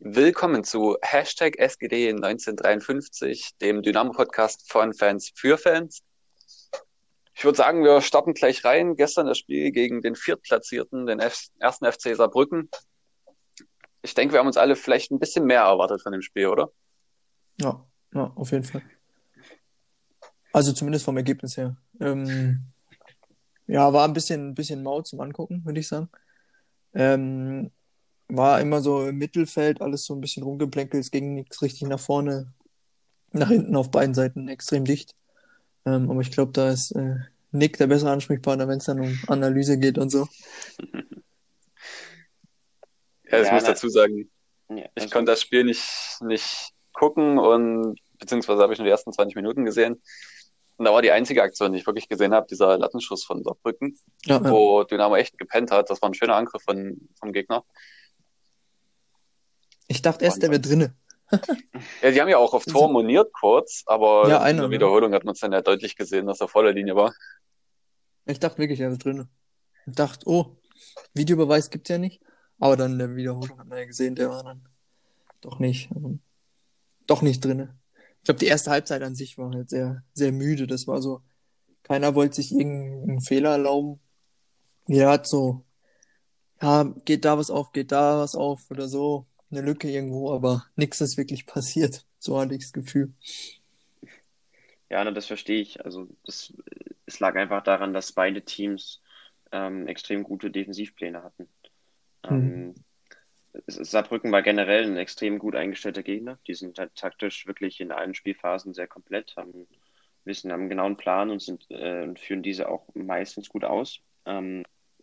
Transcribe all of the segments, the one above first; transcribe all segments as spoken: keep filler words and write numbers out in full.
Willkommen zu Hashtag S G D neunzehnhundertdreiundfünfzig, dem Dynamo-Podcast von Fans für Fans. Ich würde sagen, wir starten gleich rein. Gestern das Spiel gegen den Viertplatzierten, den F- ersten F C Saarbrücken. Ich denke, wir haben uns alle vielleicht ein bisschen mehr erwartet von dem Spiel, oder? Ja, ja, auf jeden Fall. Also zumindest vom Ergebnis her. Ähm, ja, war ein bisschen, ein bisschen mau zum Angucken, würde ich sagen. Ähm, war immer so im Mittelfeld, alles so ein bisschen rumgeplänkelt, es ging nichts richtig nach vorne, nach hinten auf beiden Seiten extrem dicht. Ähm, aber ich glaube, da ist äh, Nick der bessere Ansprechpartner, wenn es dann um Analyse geht und so. Ja, ich Ja, muss na, dazu sagen, ja, ich alles konnte gut. das Spiel nicht, nicht gucken und beziehungsweise habe ich nur die ersten zwanzig Minuten gesehen. Und da war die einzige Aktion, die ich wirklich gesehen habe, dieser Lattenschuss von Saarbrücken, Ja, ja. wo Dynamo echt gepennt hat. Das war ein schöner Angriff von, vom Gegner. Ich dachte Aber erst, der wäre ansonsten. drinne. Ja, die haben ja auch auf Tor So, moniert kurz, aber ja, dann in einer, der ne? Wiederholung hat man es dann ja deutlich gesehen, dass er vor der Linie war. Ich dachte wirklich, er wäre drinne. Ich dachte, oh, Videobeweis gibt's ja nicht. Aber dann in der Wiederholung hat man ja gesehen, der war dann doch nicht. ähm, doch nicht drin. Ich glaube, die erste Halbzeit an sich war halt sehr, sehr müde. Das war so, keiner wollte sich irgendeinen Fehler erlauben. Jeder hat so, ja, geht da was auf, geht da was auf oder so, eine Lücke irgendwo, aber nichts ist wirklich passiert. So hatte ich das Gefühl. Ja, na, das verstehe ich. Also das, es lag einfach daran, dass beide Teams ähm, extrem gute Defensivpläne hatten. Hm. Ähm, es- Saarbrücken war generell ein extrem gut eingestellter Gegner. Die sind halt taktisch wirklich in allen Spielphasen sehr komplett, haben wissen, haben einen genauen Plan und sind äh, und führen diese auch meistens gut aus. Ähm,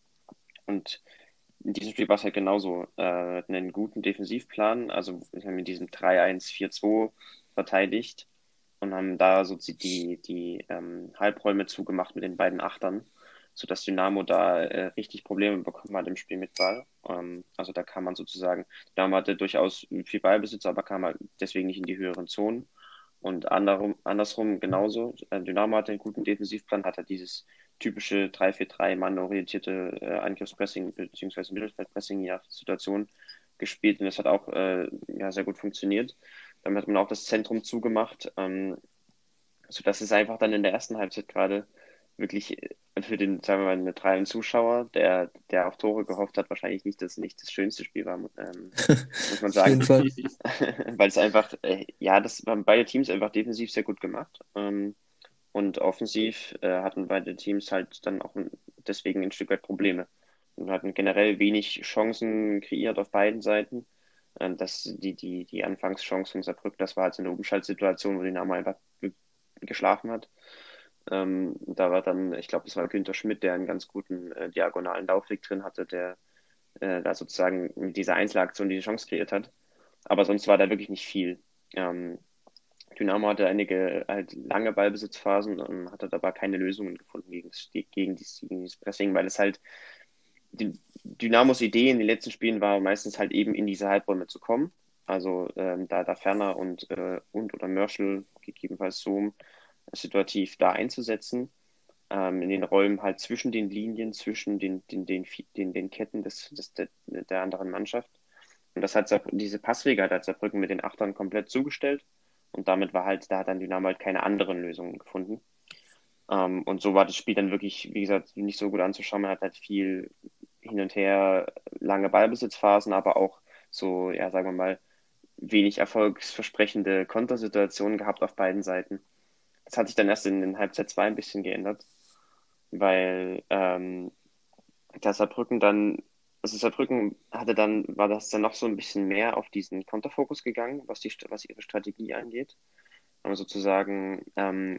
und in diesem Spiel war es halt genauso. Äh, hatten einen guten Defensivplan, also wir haben in diesem drei eins vier zwei verteidigt und haben da so die, die, die ähm, Halbräume zugemacht mit den beiden Achtern, sodass Dynamo da äh, richtig Probleme bekommen hat im Spiel mit Ball. Ähm, also da kann man sozusagen, Dynamo hatte durchaus viel Ballbesitz, aber kam halt deswegen nicht in die höheren Zonen. Und andersrum, andersrum genauso. Äh, Dynamo hatte einen guten Defensivplan, hat er dieses typische drei vier drei Mann-orientierte äh, Angriffspressing bzw. Mittelfeldpressing-Situation gespielt und das hat auch äh, ja, sehr gut funktioniert. Damit hat man auch das Zentrum zugemacht, ähm, sodass es einfach dann in der ersten Halbzeit gerade wirklich äh, für den, sagen wir mal, neutralen Zuschauer, der, der auf Tore gehofft hat, wahrscheinlich nicht das, nicht das schönste Spiel war, ähm, muss man Auf sagen. jeden Fall. Weil es einfach, äh, ja, das haben beide Teams einfach defensiv sehr gut gemacht. Ähm, und offensiv äh, hatten beide Teams halt dann auch ein, deswegen ein Stück weit Probleme. Und hatten generell wenig Chancen kreiert auf beiden Seiten. Ähm, das, die, die, die Anfangschance von Saarbrücken, das war halt so eine Umschaltsituation, wo Dynamo einfach ge geschlafen hat. Ähm, da war dann, ich glaube, das war Günther Schmidt, der einen ganz guten äh, diagonalen Laufweg drin hatte, der äh, da sozusagen mit dieser Einzelaktion die Chance kreiert hat. Aber sonst war da wirklich nicht viel. Ähm, Dynamo hatte einige halt lange Ballbesitzphasen und hatte aber keine Lösungen gefunden gegen, das, gegen, dieses, gegen dieses Pressing, weil es halt die, Dynamos Idee in den letzten Spielen war meistens halt eben in diese Halbräume zu kommen. Also ähm, da, da Ferner und, äh, und oder Mörschel, gegebenenfalls Sohm, situativ da einzusetzen, ähm, in den Räumen halt zwischen den Linien, zwischen den, den, den, den, den Ketten des, des, der, der anderen Mannschaft. Und das hat diese Passwege hat halt Saarbrücken mit den Achtern komplett zugestellt. Und damit war halt, da hat dann Dynamo halt keine anderen Lösungen gefunden. Ähm, und so war das Spiel dann wirklich, wie gesagt, nicht so gut anzuschauen. Man hat halt viel hin und her, lange Ballbesitzphasen, aber auch so, ja, sagen wir mal, wenig erfolgsversprechende Kontersituationen gehabt auf beiden Seiten. Das hat sich dann erst in, in Halbzeit zwei ein bisschen geändert, weil ähm, dass Saarbrücken dann, also Saarbrücken hatte dann, war das dann noch so ein bisschen mehr auf diesen Konterfokus gegangen, was die, was ihre Strategie angeht. Aber sozusagen, ähm,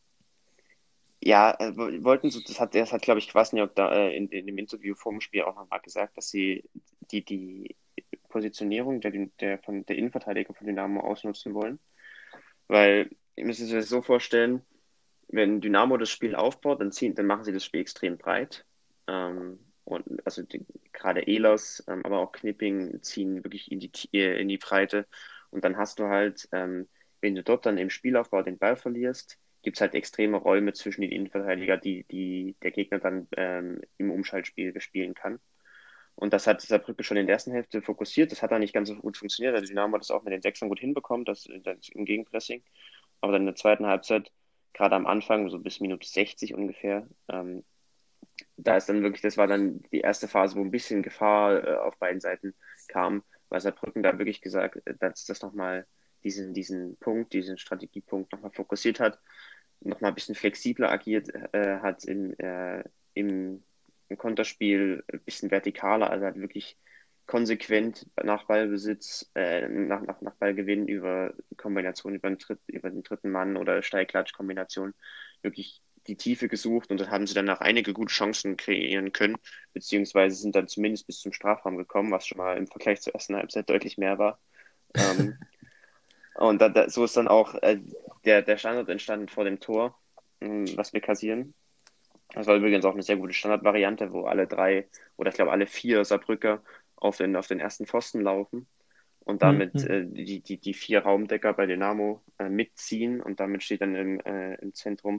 ja, äh, wollten so, das hat, das hat, glaube ich, Kwasniok da äh, in, in dem Interview vor dem Spiel auch nochmal gesagt, dass sie die, die Positionierung der, der, von der Innenverteidiger von Dynamo ausnutzen wollen. Weil, ihr müsst es euch so vorstellen, wenn Dynamo das Spiel aufbaut, dann ziehen, dann machen sie das Spiel extrem breit. Ähm, und also die, gerade Ehlers, ähm, aber auch Knipping ziehen wirklich in die, äh, in die Breite. Und dann hast du halt, ähm, wenn du dort dann im Spielaufbau den Ball verlierst, gibt es halt extreme Räume zwischen den Innenverteidiger, die, die der Gegner dann ähm, im Umschaltspiel bespielen kann. Und das hat Saarbrücken schon in der ersten Hälfte fokussiert. Das hat dann nicht ganz so gut funktioniert. Also Dynamo hat das auch mit den Sechsern gut hinbekommen, das, das im Gegenpressing. Aber dann in der zweiten Halbzeit, gerade am Anfang, so bis Minute sechzig ungefähr, ähm, da ist dann wirklich, das war dann die erste Phase, wo ein bisschen Gefahr äh, auf beiden Seiten kam, weil Saarbrücken da wirklich gesagt, äh, dass das nochmal diesen, diesen Punkt, diesen Strategiepunkt nochmal fokussiert hat, nochmal ein bisschen flexibler agiert äh, hat im, äh, im, im Konterspiel, ein bisschen vertikaler, also hat wirklich konsequent nach Ballbesitz, äh, nach, nach, nach Ballgewinn über Kombination über den, Tritt, über den dritten Mann oder Steilklatsch-Kombination wirklich die Tiefe gesucht und dann haben sie danach einige gute Chancen kreieren können, beziehungsweise sind dann zumindest bis zum Strafraum gekommen, was schon mal im Vergleich zur ersten Halbzeit deutlich mehr war. Ähm, und da, da, so ist dann auch äh, der, der Standard entstanden vor dem Tor, ähm, was wir kassieren. Das war übrigens auch eine sehr gute Standardvariante, wo alle drei oder ich glaube alle vier Saarbrücker auf den, auf den ersten Pfosten laufen und damit Mhm. äh, die, die, die vier Raumdecker bei Dynamo äh, mitziehen und damit steht dann im, äh, im Zentrum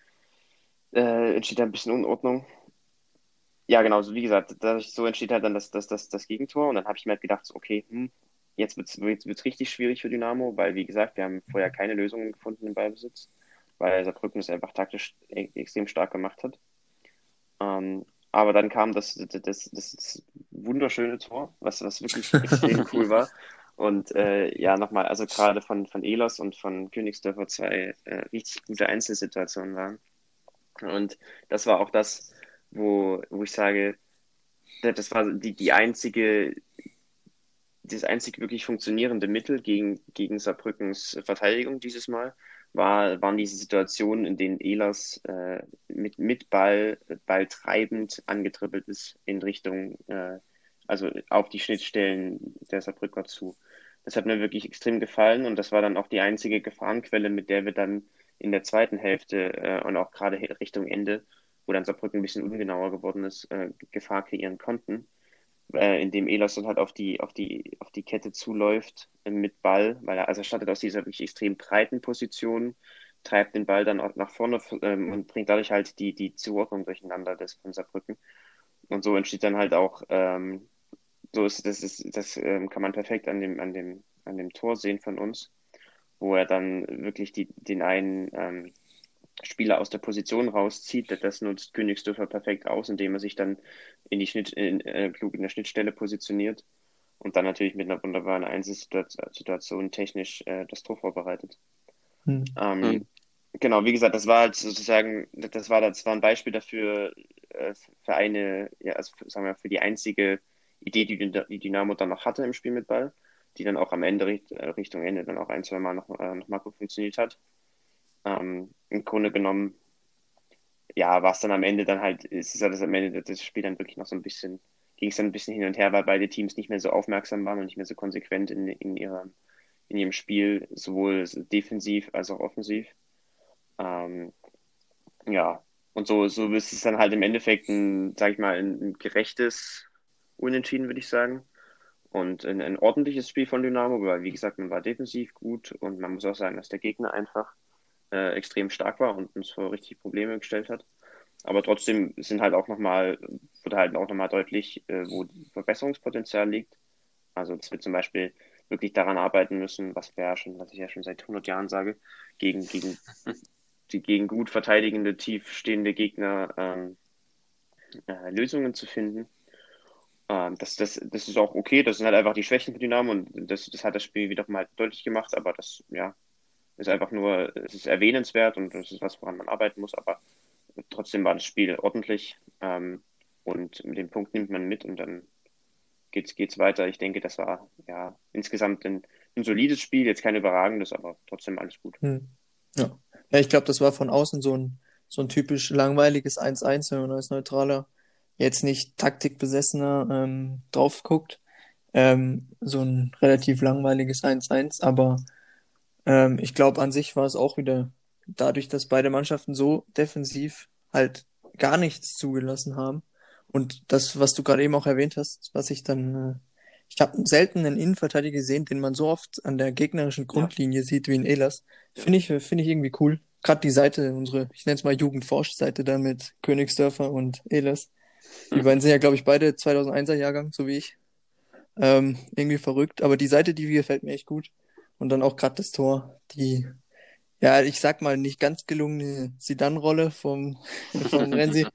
äh, entsteht da ein bisschen Unordnung. Ja, genau, so wie gesagt, dadurch, so entsteht halt dann das, das, das, das Gegentor und dann habe ich mir halt gedacht, so, okay, hm, jetzt wird es jetzt wird's richtig schwierig für Dynamo, weil, wie gesagt, wir haben vorher keine Lösungen gefunden im Ballbesitz, weil Saarbrücken es einfach taktisch e extrem stark gemacht hat. Ähm, aber dann kam das, das, das, das wunderschöne Tor, was, was wirklich extrem cool war. Und äh, ja, nochmal, also gerade von, von Ehlers und von Königsdörfer zwei äh, richtig gute Einzelsituationen waren. Und das war auch das, wo, wo ich sage, das war die, die einzige, das einzig wirklich funktionierende Mittel gegen, gegen Saarbrückens Verteidigung dieses Mal, war, waren diese Situationen, in denen Ehlers äh, mit, mit Ball, Ball treibend angetribbelt ist in Richtung, äh, also auf die Schnittstellen der Saarbrücker zu. Das hat mir wirklich extrem gefallen und das war dann auch die einzige Gefahrenquelle, mit der wir dann in der zweiten Hälfte äh, und auch gerade Richtung Ende, wo dann Saarbrücken ein bisschen ungenauer geworden ist, äh, Gefahr kreieren konnten, äh, indem Ehlers dann halt auf die, auf die, auf die Kette zuläuft äh, mit Ball, weil er also startet aus dieser wirklich extrem breiten Position, treibt den Ball dann auch nach vorne ähm, und bringt dadurch halt die, die Zuordnung durcheinander des von Saarbrücken. Und so entsteht dann halt auch, ähm, so ist das ist, das ähm, kann man perfekt an dem, an dem, an dem Tor sehen von uns, wo er dann wirklich die, den einen ähm, Spieler aus der Position rauszieht. Das nutzt Königsdörfer perfekt aus, indem er sich dann in die Schnitt, in, äh, klug in der Schnittstelle positioniert und dann natürlich mit einer wunderbaren Einzelsituation technisch äh, das Tor vorbereitet. Mhm. Ähm, Mhm. genau, wie gesagt, das war halt sozusagen, das war, das war ein Beispiel dafür, äh, für eine, ja, also für, sagen wir, für die einzige Idee, die die Dynamo dann noch hatte im Spiel mit Ball, die dann auch am Ende, Richtung Ende, dann auch ein, zwei Mal noch, äh, noch mal gut funktioniert hat. Ähm, im Grunde genommen, ja, war es dann am Ende dann halt, ist es ja das am Ende das Spiel dann wirklich noch so ein bisschen, ging es dann ein bisschen hin und her, weil beide Teams nicht mehr so aufmerksam waren und nicht mehr so konsequent in, in, ihrer, in ihrem Spiel, sowohl defensiv als auch offensiv. Ähm, ja, und so, so ist es dann halt im Endeffekt ein, sag ich mal, ein, ein gerechtes Unentschieden, würde ich sagen. Und ein, ein ordentliches Spiel von Dynamo, weil, wie gesagt, man war defensiv gut und man muss auch sagen, dass der Gegner einfach äh, extrem stark war und uns vor richtig Probleme gestellt hat. Aber trotzdem sind halt auch nochmal, wurde halt auch nochmal deutlich, äh, wo Verbesserungspotenzial liegt. Also, dass wir zum Beispiel wirklich daran arbeiten müssen, was wir ja schon, was ich ja schon seit hundert Jahren sage, gegen, gegen die gegen gut verteidigende, tief stehende Gegner ähm, äh, Lösungen zu finden. Ähm, das, das, das ist auch okay, das sind halt einfach die Schwächen für Dynamo und das, das hat das Spiel wiederum halt deutlich gemacht, aber das, ja, ist einfach nur, es ist erwähnenswert und das ist was, woran man arbeiten muss, aber trotzdem war das Spiel ordentlich ähm, und mit dem Punkt nimmt man mit und dann geht's, geht's weiter. Ich denke, das war ja insgesamt ein, ein solides Spiel, jetzt kein überragendes, aber trotzdem alles gut. Mhm. Ja. Ja, ich glaube, das war von außen so ein, so ein typisch langweiliges eins eins, wenn man als Neutraler jetzt nicht taktikbesessener ähm, drauf guckt. Ähm, so ein relativ langweiliges eins eins, aber ähm, ich glaube, an sich war es auch wieder dadurch, dass beide Mannschaften so defensiv halt gar nichts zugelassen haben. Und das, was du gerade eben auch erwähnt hast, was ich dann, äh, ich habe selten einen Innenverteidiger gesehen, den man so oft an der gegnerischen Ja, Grundlinie sieht wie in Ehlers. ja, Finde ich, finde ich irgendwie cool. Gerade die Seite, unsere, ich nenne es mal Jugendforsch-Seite da mit Königsdörfer und Ehlers. Die beiden sind ja, glaube ich, beide zweitausendeiner Jahrgang, so wie ich. Ähm, irgendwie verrückt, aber die Seite, die gefällt mir echt gut. Und dann auch gerade das Tor, die, ja, ich sag mal, nicht ganz gelungene Zidane-Rolle vom, vom Renzi,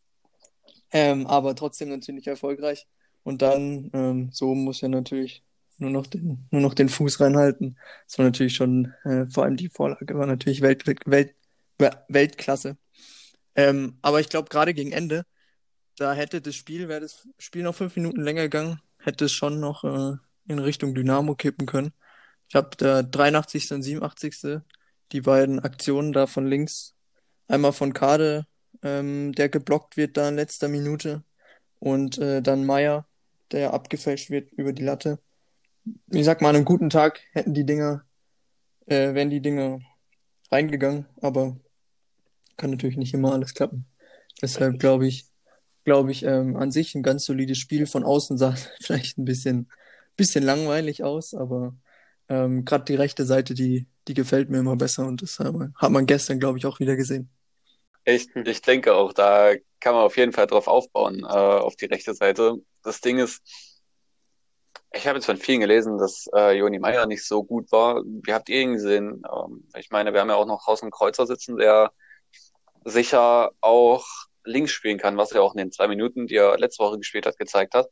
ähm, aber trotzdem natürlich erfolgreich. Und dann, ähm, so muss er natürlich nur noch den, nur noch den Fuß reinhalten. Das war natürlich schon, äh, vor allem die Vorlage war natürlich Welt, Welt, Weltklasse. Ähm, aber ich glaube, gerade gegen Ende, da hätte das Spiel, wäre das Spiel noch fünf Minuten länger gegangen, hätte es schon noch äh, in Richtung Dynamo kippen können. Ich habe der dreiundachtzigste und siebenundachtzigste die beiden Aktionen da von links. Einmal von Kade, ähm, der geblockt wird da in letzter Minute. Und äh, dann Meier, der abgefälscht wird über die Latte. Ich sag mal, an einem guten Tag hätten die Dinger, äh, wären die Dinger reingegangen, aber kann natürlich nicht immer alles klappen. Deshalb Richtig. glaube ich, glaube ich, ähm, an sich ein ganz solides Spiel. Von außen sah es vielleicht ein bisschen, bisschen langweilig aus, aber ähm, gerade die rechte Seite, die, die gefällt mir immer besser und das hat man, hat man gestern, glaube ich, auch wieder gesehen. Ich, Hm. ich denke auch, da kann man auf jeden Fall drauf aufbauen, äh, auf die rechte Seite. Das Ding ist, ich habe jetzt von vielen gelesen, dass äh, Joni Meier nicht so gut war. Wie habt ihr ihn gesehen? Ähm, ich meine, wir haben ja auch noch Haus und Kreuzer sitzen, der sicher auch links spielen kann, was er auch in den zwei Minuten, die er letzte Woche gespielt hat, gezeigt hat.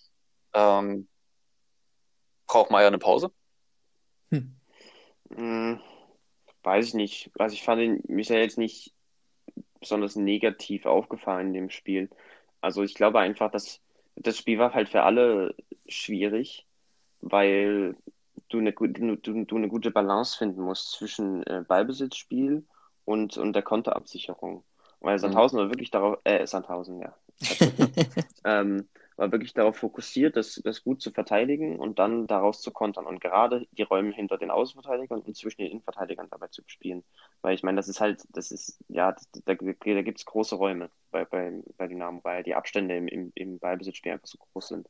Ähm, braucht Meier eine Pause? Hm. Hm, weiß ich nicht. Also ich fand ihn, mir ist ja jetzt nicht besonders negativ aufgefallen in dem Spiel. Also ich glaube einfach, dass das Spiel war halt für alle schwierig, weil du eine, gu- du, du du eine gute Balance finden musst zwischen äh, Ballbesitzspiel und, und der Konterabsicherung. Weil Mhm. Sandhausen war wirklich darauf, äh, Sandhausen, ja, Saarbrücken, ähm, war wirklich darauf fokussiert, das, das gut zu verteidigen und dann daraus zu kontern und gerade die Räume hinter den Außenverteidigern und zwischen den Innenverteidigern dabei zu bespielen. Weil ich meine, das ist halt, das ist, ja, das, da, da gibt es große Räume bei, bei, bei Dynamo, weil die Abstände im, im, im Ballbesitzspiel einfach so groß sind.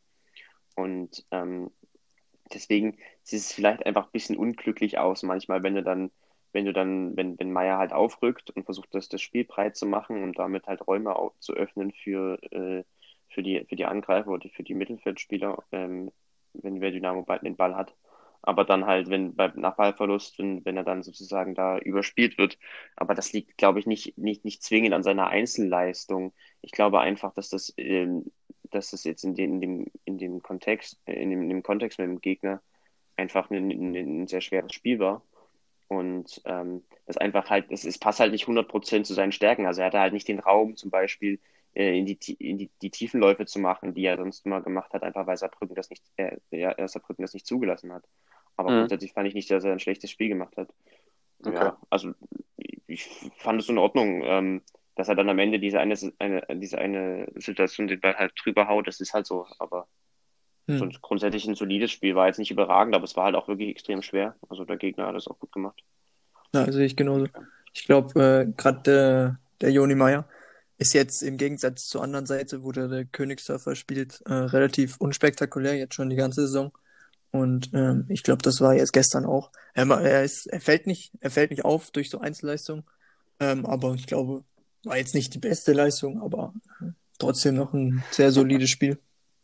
Und ähm, deswegen sieht es vielleicht einfach ein bisschen unglücklich aus, manchmal, wenn du dann, wenn du dann, wenn, wenn Meier halt aufrückt und versucht, das, das Spiel breit zu machen und damit halt Räume au- zu öffnen für, äh, für die, für die Angreifer oder für die Mittelfeldspieler, ähm, wenn wer Dynamo bald den Ball hat. Aber dann halt, wenn bei, nach Ballverlust, wenn, wenn er dann sozusagen da überspielt wird. Aber das liegt, glaube ich, nicht, nicht, nicht zwingend an seiner Einzelleistung. Ich glaube einfach, dass das ähm, dass es jetzt in, den, in dem, in dem Kontext, äh, in dem, in dem Kontext mit dem Gegner einfach ein, ein, ein sehr schweres Spiel war. Und ähm, das einfach halt, es, es passt halt nicht hundert Prozent zu seinen Stärken. Also er hatte halt nicht den Raum, zum Beispiel äh, in, die, in die, die Tiefenläufe zu machen, die er sonst immer gemacht hat, einfach weil Saarbrücken das nicht, äh, ja, Saarbrücken das nicht zugelassen hat. Aber Mhm. grundsätzlich fand ich nicht, dass er ein schlechtes Spiel gemacht hat. Okay. Ja, also ich fand es in Ordnung, ähm, dass er dann am Ende diese eine, eine, diese eine Situation den Ball halt drüber haut, das ist halt so. Aber Hm. sonst grundsätzlich ein solides Spiel, war jetzt nicht überragend, aber es war halt auch wirklich extrem schwer. Also der Gegner hat das auch gut gemacht. Ja, sehe ich genauso. Okay. Ich glaube, äh, gerade der, der Joni Meier ist jetzt im Gegensatz zur anderen Seite, wo der, der Königsdörfer spielt, äh, relativ unspektakulär, jetzt schon die ganze Saison. Und ähm, ich glaube, das war jetzt gestern auch. Er, ma- er, ist, er fällt nicht, er fällt nicht auf durch so Einzelleistungen, ähm, aber ich glaube, war jetzt nicht die beste Leistung, aber trotzdem noch ein sehr solides Spiel.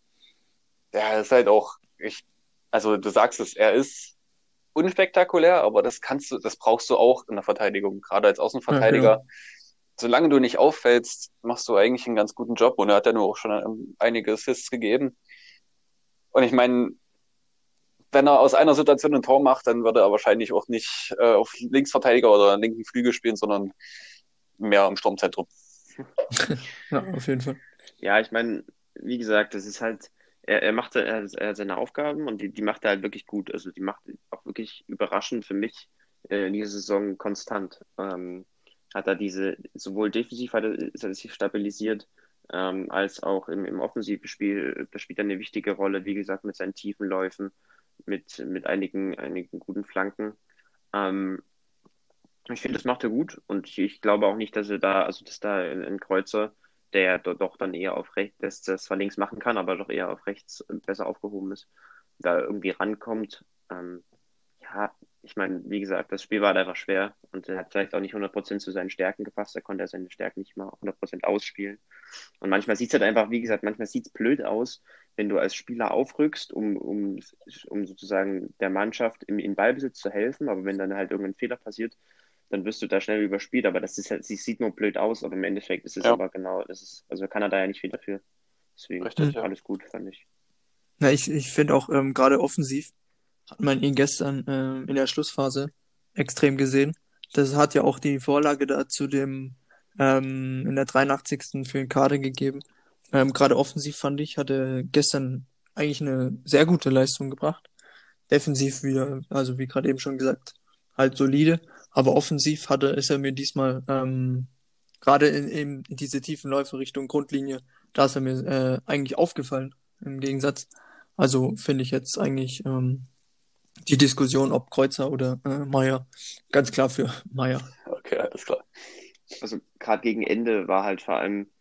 Ja, das ist halt auch, ich, also du sagst es, er ist unspektakulär, aber das kannst du, das brauchst du auch in der Verteidigung, gerade als Ja, genau. Außenverteidiger. Solange du nicht auffällst, machst du eigentlich einen ganz guten Job und er hat ja nur auch schon ähm, einige Assists gegeben. Und ich meine, wenn er aus einer Situation ein Tor macht, dann würde er wahrscheinlich auch nicht äh, auf Linksverteidiger oder linken Flügel spielen, sondern mehr im Sturmzentrum. Ja, auf jeden Fall. Ja, ich meine, wie gesagt, das ist halt, er, er macht er, er hat seine Aufgaben und die, die macht er halt wirklich gut. Also die macht auch wirklich überraschend für mich äh, in dieser Saison konstant. Ähm, hat er diese, sowohl defensiv hat er, ist er sich stabilisiert, ähm, als auch im, im offensiven Spiel, da spielt er eine wichtige Rolle, wie gesagt, mit seinen tiefen Läufen, mit, mit einigen, einigen guten Flanken. Ähm, Ich finde, das macht er gut und ich, ich glaube auch nicht, dass er da, also dass da ein, ein Kreuzer, der do, doch dann eher auf rechts, das, das zwar links machen kann, aber doch eher auf rechts besser aufgehoben ist, da irgendwie rankommt. Ähm, ja, ich meine, wie gesagt, das Spiel war halt einfach schwer und er hat vielleicht auch nicht hundert Prozent zu seinen Stärken gepasst. Da konnte er seine Stärken nicht mal hundert Prozent ausspielen. Und manchmal sieht es halt einfach, wie gesagt, manchmal sieht es blöd aus, wenn du als Spieler aufrückst, um, um, um sozusagen der Mannschaft im, in Ballbesitz zu helfen. Aber wenn dann halt irgendein Fehler passiert, dann wirst du da schnell überspielt. Aber das ist halt, sie sieht nur blöd aus, aber im Endeffekt ist es Ja, aber genau, das ist, also kann er da ja nicht viel dafür. Deswegen richtig, ja. alles gut, fand ich. Ja, ich, ich finde auch ähm, gerade offensiv hat man ihn gestern ähm, in der Schlussphase extrem gesehen. Das hat ja auch die Vorlage da zu dem ähm, in der dreiundachtzigsten für den Kader gegeben. Ähm, gerade offensiv fand ich, hat er gestern eigentlich eine sehr gute Leistung gebracht. Defensiv wieder, also wie gerade eben schon gesagt, halt solide. Aber offensiv hatte, ist er mir diesmal ähm, gerade in, in diese tiefen Läufe Richtung Grundlinie, da ist er mir äh, eigentlich aufgefallen im Gegensatz. Also finde ich jetzt eigentlich ähm, die Diskussion, ob Kreuzer oder äh, Meier, ganz klar für Meier. Okay, alles klar. Also gerade gegen Ende war halt vor allem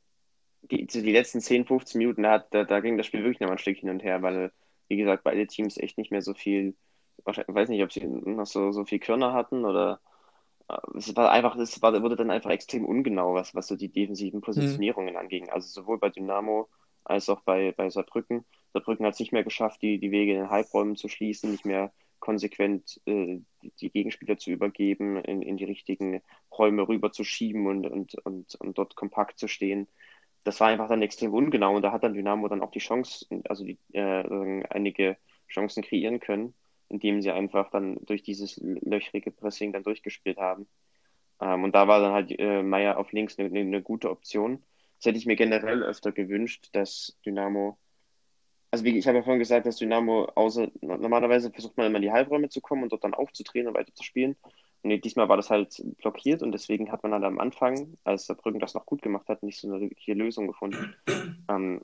die, so die letzten zehn, fünfzehn Minuten, da, hat, da, da ging das Spiel wirklich noch mal ein Stück hin und her, weil, wie gesagt, beide Teams echt nicht mehr so viel, wahrscheinlich, ich weiß nicht, ob sie noch so, so viel Körner hatten oder äh, es war einfach, es war, wurde dann einfach extrem ungenau, was, was so die defensiven Hm. Positionierungen anging. Also sowohl bei Dynamo als auch bei, bei Saarbrücken. Saarbrücken hat es nicht mehr geschafft, die, die Wege in den Halbräumen zu schließen, nicht mehr konsequent äh, die, die Gegenspieler zu übergeben, in, in die richtigen Räume rüber zu schieben und, und, und, und dort kompakt zu stehen. Das war einfach dann extrem ungenau und da hat dann Dynamo dann auch die Chance, also die, äh, einige Chancen kreieren können, indem sie einfach dann durch dieses löchrige Pressing dann durchgespielt haben. Ähm, und da war dann halt äh, Meier auf links eine, eine gute Option. Das hätte ich mir generell öfter gewünscht, dass Dynamo, also wie ich habe ja vorhin gesagt, dass Dynamo außer, normalerweise versucht man immer in die Halbräume zu kommen und dort dann aufzudrehen und weiterzuspielen. Und nee, diesmal war das halt blockiert und deswegen hat man dann am Anfang, als Saarbrücken das noch gut gemacht hat, nicht so eine wirkliche Lösung gefunden. Ähm,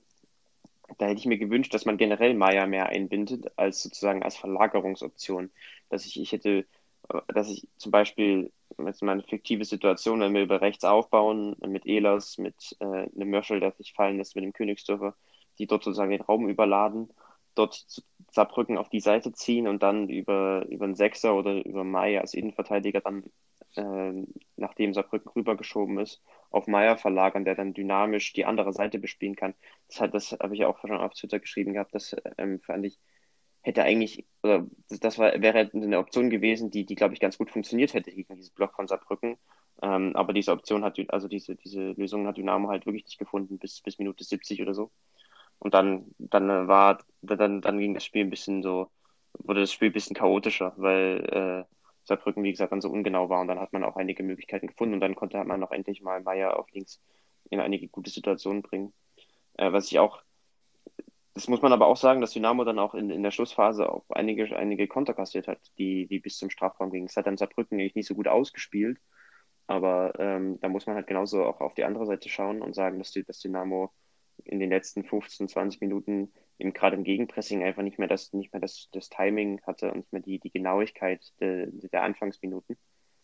Da hätte ich mir gewünscht, dass man generell Maya mehr einbindet, als sozusagen als Verlagerungsoption. Dass ich, ich hätte, äh, dass ich zum Beispiel, jetzt mal eine fiktive Situation, wenn wir über rechts aufbauen, mit Ehlers, mit äh, einem Mörschel, der sich fallen lässt, mit dem Königsdörfer, die dort sozusagen den Raum überladen, dort zu Saarbrücken auf die Seite ziehen und dann über, über einen Sechser oder über Maya als Innenverteidiger dann, äh, nachdem Saarbrücken rübergeschoben ist, auf Meier verlagern, der dann dynamisch die andere Seite bespielen kann. Das hat, das habe ich auch schon auf Twitter geschrieben gehabt. Das ähm, fand ich, hätte eigentlich, oder das, das war, wäre eine Option gewesen, die, die glaube ich, ganz gut funktioniert hätte gegen dieses Block von Saarbrücken. Ähm, aber diese Option hat, also diese, diese Lösung hat Dynamo halt wirklich nicht gefunden, bis, bis Minute siebzig oder so. Und dann, dann äh, war, dann, dann ging das Spiel ein bisschen so, wurde das Spiel ein bisschen chaotischer, weil äh, Saarbrücken, wie gesagt, dann so ungenau war und dann hat man auch einige Möglichkeiten gefunden und dann konnte man auch endlich mal Meier auf links in einige gute Situationen bringen. Äh, was ich auch, das muss man aber auch sagen, dass Dynamo dann auch in, in der Schlussphase auch einige, einige Konter kassiert hat, die, die bis zum Strafraum gingen. Es hat dann Saarbrücken eigentlich nicht so gut ausgespielt, aber ähm, da muss man halt genauso auch auf die andere Seite schauen und sagen, dass, die, dass Dynamo in den letzten fünfzehn, zwanzig Minuten eben gerade im Gegenpressing einfach nicht mehr das, nicht mehr das, das Timing hatte und nicht mehr die, die Genauigkeit de, der Anfangsminuten.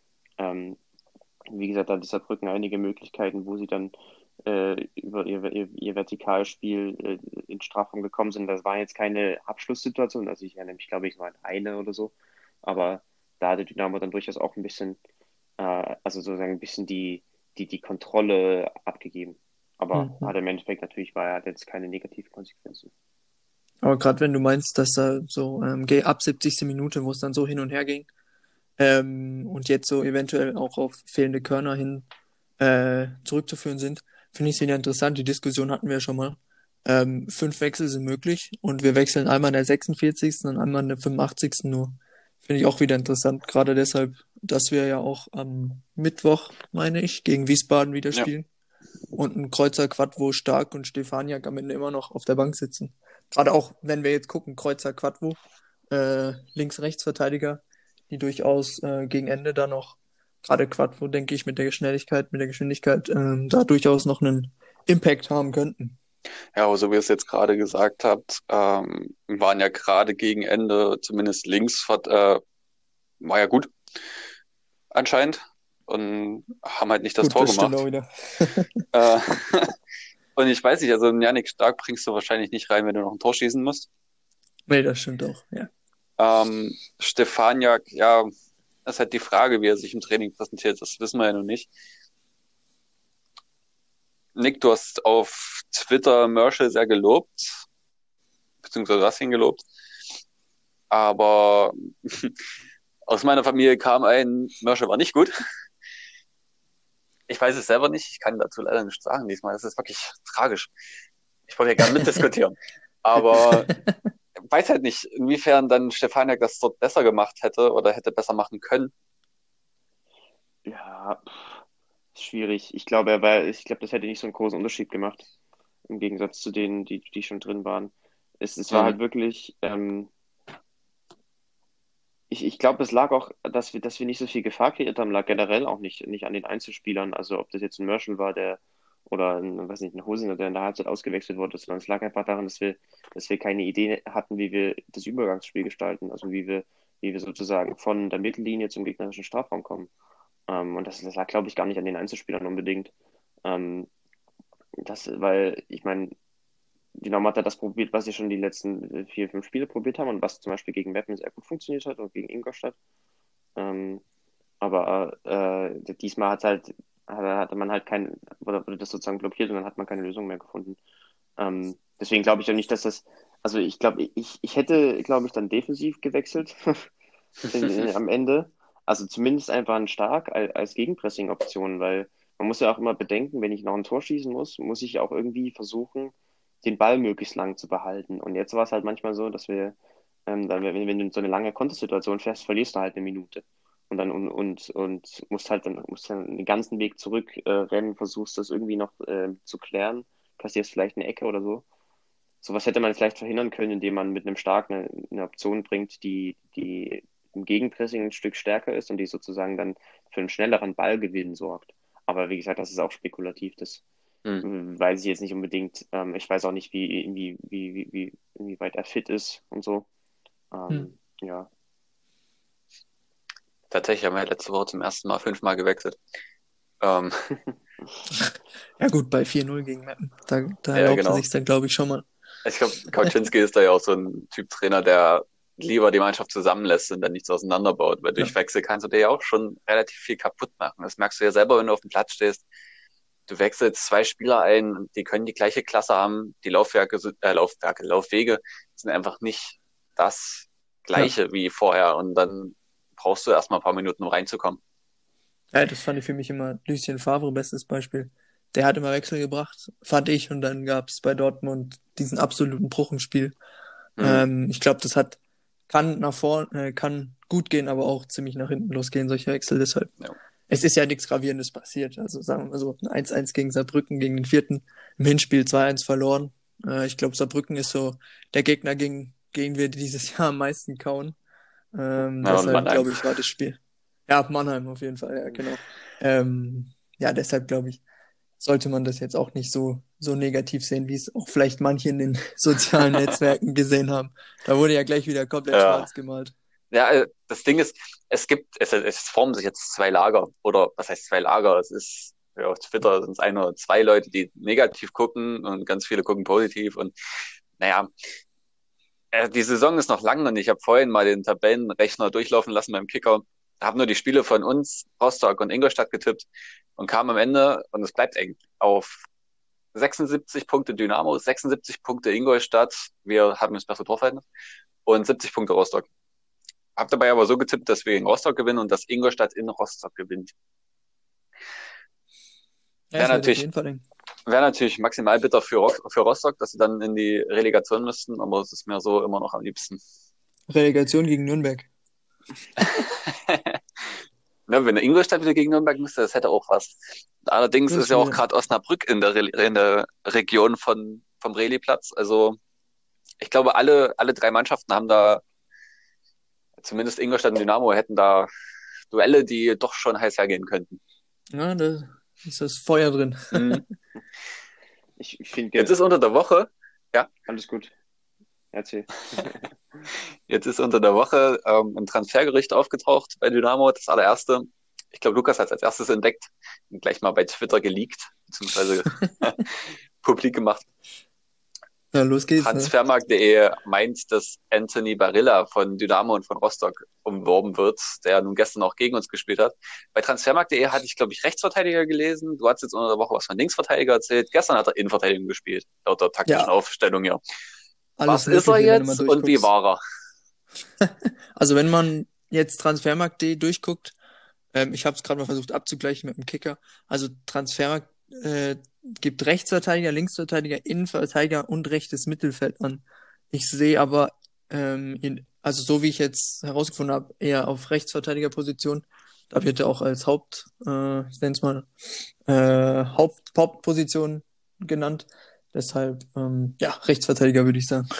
Ähm, wie gesagt, da hat Saarbrücken einige Möglichkeiten, wo sie dann äh, über ihr, ihr, ihr Vertikalspiel äh, in den Strafraum gekommen sind. Das war jetzt keine Abschlusssituation, also ich erinnere mich, glaube ich, nur an eine oder so, aber da hatte Dynamo dann durchaus auch ein bisschen, äh, also sozusagen ein bisschen die, die, die Kontrolle abgegeben. Aber Mhm. hat im Endeffekt natürlich war er jetzt keine negativen Konsequenzen. Aber gerade wenn du meinst, dass da so ähm, ge- ab siebzigste Minute, wo es dann so hin und her ging, ähm, und jetzt so eventuell auch auf fehlende Körner hin äh, zurückzuführen sind, finde ich es wieder interessant. Die Diskussion hatten wir ja schon mal. Ähm, fünf Wechsel sind möglich und wir wechseln einmal in der sechsundvierzigsten und einmal in der fünfundachtzigsten nur. Finde ich auch wieder interessant. Gerade deshalb, dass wir ja auch am Mittwoch, meine ich, gegen Wiesbaden wieder Ja, spielen und ein Kreuzer Quadvo Stark und Stefaniak am Ende immer noch auf der Bank sitzen. Gerade auch, wenn wir jetzt gucken, Kreuzer Quadvo, äh, Links-Rechts-Verteidiger, die durchaus äh, gegen Ende da noch, gerade Quadvo, denke ich, mit der Schnelligkeit, mit der Geschwindigkeit, ähm, da durchaus noch einen Impact haben könnten. ja, aber so wie ihr es jetzt gerade gesagt habt, ähm, waren ja gerade gegen Ende, zumindest links, hat, äh, war ja gut anscheinend und haben halt nicht das Gut, Tor das stimmt auch gemacht. wieder. Äh, und ich weiß nicht, also einen Yannick Stark bringst du wahrscheinlich nicht rein, wenn du noch ein Tor schießen musst. Nee, das stimmt auch, ja. Ähm, Stefaniak, ja, das ist halt die Frage, wie er sich im Training präsentiert. Das wissen wir ja noch nicht. Nick, du hast auf Twitter Merschel sehr gelobt, beziehungsweise du hast ihn gelobt. Aber aus meiner Familie kam ein, Merschel war nicht gut. Ich weiß es selber nicht, ich kann dazu leider nichts sagen diesmal. Das ist wirklich tragisch. Ich wollte ja gerne mitdiskutieren. Aber weiß halt nicht, inwiefern dann Stefaniak das dort besser gemacht hätte oder hätte besser machen können. Ja, pff, schwierig. Ich glaube, er war, ich glaube, das hätte nicht so einen großen Unterschied gemacht, im Gegensatz zu denen, die, die schon drin waren. Es, es war Mhm. halt wirklich, ähm, ich, ich glaube, es lag auch, dass wir, dass wir nicht so viel Gefahr kreiert haben, lag generell auch nicht, nicht an den Einzelspielern. Also ob das jetzt ein Merschel war, der oder ein, weiß nicht, ein Hosinger, der in der Halbzeit ausgewechselt wurde, sondern es lag einfach daran, dass wir, dass wir keine Idee hatten, wie wir das Übergangsspiel gestalten, also wie wir, wie wir sozusagen von der Mittellinie zum gegnerischen Strafraum kommen. Ähm, und das, das lag, glaube ich, gar nicht an den Einzelspielern unbedingt. Ähm, das, weil, ich meine, Dynamo hat ja das probiert, was sie schon die letzten äh, vier, fünf Spiele probiert haben und was zum Beispiel gegen Meppen sehr gut funktioniert hat und gegen Ingolstadt. Ähm, aber äh, diesmal hat halt, hatte man halt kein, wurde, wurde das sozusagen blockiert und dann hat man keine Lösung mehr gefunden. Ähm, deswegen glaube ich auch nicht, dass das, also ich glaube, ich, ich hätte, glaube ich, dann defensiv gewechselt in, in, am Ende. Also zumindest einfach ein Stark als, als Gegenpressing-Option, weil man muss ja auch immer bedenken, wenn ich noch ein Tor schießen muss, muss ich auch irgendwie versuchen, den Ball möglichst lang zu behalten. Und jetzt war es halt manchmal so, dass wir, ähm, dann, wenn, wenn du in so eine lange Kontestsituation fährst, verlierst du halt eine Minute. Und dann und, und, und musst halt dann, musst dann den ganzen Weg zurück äh, rennen, versuchst das irgendwie noch äh, zu klären, kassierst vielleicht eine Ecke oder so. Sowas hätte man vielleicht verhindern können, indem man mit einem Stark eine, eine Option bringt, die, die im Gegenpressing ein Stück stärker ist und die sozusagen dann für einen schnelleren Ballgewinn sorgt. Aber wie gesagt, das ist auch spekulativ. Das Mhm. äh, weiß ich jetzt nicht unbedingt. Ähm, ich weiß auch nicht, wie, wie, wie, wie, wie, inwieweit er fit ist und so. Hm. Ähm, ja. Tatsächlich haben wir letzte Woche zum ersten Mal fünfmal gewechselt. Ähm, Ja gut, bei vier null gegen Meppen. Da, da ja, erlaubt er genau. sich dann, glaube ich, schon mal. Ich glaube, Kauczynski ist da ja auch so ein Typ Trainer, der lieber die Mannschaft zusammenlässt und dann nichts auseinanderbaut, weil durch Ja. Wechsel kannst du dir ja auch schon relativ viel kaputt machen. Das merkst du ja selber, wenn du auf dem Platz stehst. Du wechselst zwei Spieler ein, die können die gleiche Klasse haben, die Laufwerke, sind- äh, Laufwerke, Laufwege sind einfach nicht das Ja. Gleiche wie vorher und dann brauchst du erstmal ein paar Minuten, um reinzukommen. Ja, das fand ich für mich immer Lucien Favre, bestes Beispiel. Der hat immer Wechsel gebracht, fand ich, und dann gab es bei Dortmund diesen absoluten Bruch im Spiel. Hm. Ähm, ich glaube, das hat, kann nach vorne, äh, kann gut gehen, aber auch ziemlich nach hinten losgehen, solche Wechsel. Deshalb, Ja. es ist ja nichts Gravierendes passiert. Also sagen wir mal so, ein eins eins gegen Saarbrücken, gegen den vierten, im Hinspiel zwei eins verloren. Äh, ich glaube, Saarbrücken ist so der Gegner, gegen, gegen wir dieses Jahr am meisten kauen. Ähm, Ja, und deshalb, Mannheim. glaube ich, war das Spiel. Ja, Mannheim auf jeden Fall, ja, genau. Ähm, ja, deshalb glaube ich, sollte man das jetzt auch nicht so, so negativ sehen, wie es auch vielleicht manche in den sozialen Netzwerken gesehen haben. Da wurde ja gleich wieder komplett Ja, schwarz gemalt. ja, äh, das Ding ist, es gibt, es, es formen sich jetzt zwei Lager. Oder was heißt zwei Lager? Es ist, ja, auf Twitter sind es ein oder zwei Leute, die negativ gucken und ganz viele gucken positiv. Und naja, äh, die Saison ist noch lang und ich habe vorhin mal den Tabellenrechner durchlaufen lassen beim Kicker. Habe nur die Spiele von uns, Rostock und Ingolstadt getippt und kam am Ende, und es bleibt eng, auf sechsundsiebzig Punkte Dynamo, sechsundsiebzig Punkte Ingolstadt. Wir haben das bessere Torverhältnis und siebzig Punkte Rostock. Hab dabei aber so getippt, dass wir in Rostock gewinnen und dass Ingolstadt in Rostock gewinnt. Ja, Wäre es wird auf natürlich, jeden Fall eng. wäre natürlich maximal bitter für, Rock, für Rostock, dass sie dann in die Relegation müssten, aber es ist mir so immer noch am liebsten. Relegation gegen Nürnberg. Ne, wenn Ingolstadt wieder gegen Nürnberg müsste, das hätte auch was. Allerdings Das ist ist ja auch wieder. gerade Osnabrück in der, Re in der Region von, vom Reli-Platz. Also ich glaube, alle, alle drei Mannschaften haben da, zumindest Ingolstadt und Dynamo, hätten da Duelle, die doch schon heiß hergehen könnten. Ja, da ist das Feuer drin. Mhm. Ich, ich Jetzt finde, ist unter der Woche, ja, alles gut. Erzähl. jetzt ist unter der Woche ähm, ein Transfergerücht aufgetaucht bei Dynamo, das allererste. Ich glaube, Lukas hat es als erstes entdeckt und gleich mal bei Twitter geleakt, beziehungsweise publik gemacht. Ja, los geht's, ne? Transfermarkt.de meint, dass Anthony Barilla von Dynamo und von Rostock umworben wird, der nun gestern auch gegen uns gespielt hat. Bei Transfermarkt.de hatte ich, glaube ich, Rechtsverteidiger gelesen. Du hast jetzt unter der Woche was von Linksverteidiger erzählt. Gestern hat er Innenverteidigung gespielt, laut der taktischen Ja, Aufstellung hier. alles Was ist er Mögliche, wenn du mal jetzt und wie durchguckst. war er? Also wenn man jetzt Transfermarkt.de durchguckt, ähm, ich habe es gerade mal versucht abzugleichen mit dem Kicker. Also Transfermarkt äh, gibt Rechtsverteidiger, Linksverteidiger, Innenverteidiger und rechtes Mittelfeld an. Ich sehe aber, ähm, in, also so wie ich jetzt herausgefunden habe, eher auf Rechtsverteidigerposition. Da wird er auch als Haupt, äh, ich nenne es mal, äh, Haupt, Hauptposition genannt. Deshalb, ähm, ja, Rechtsverteidiger würde ich sagen.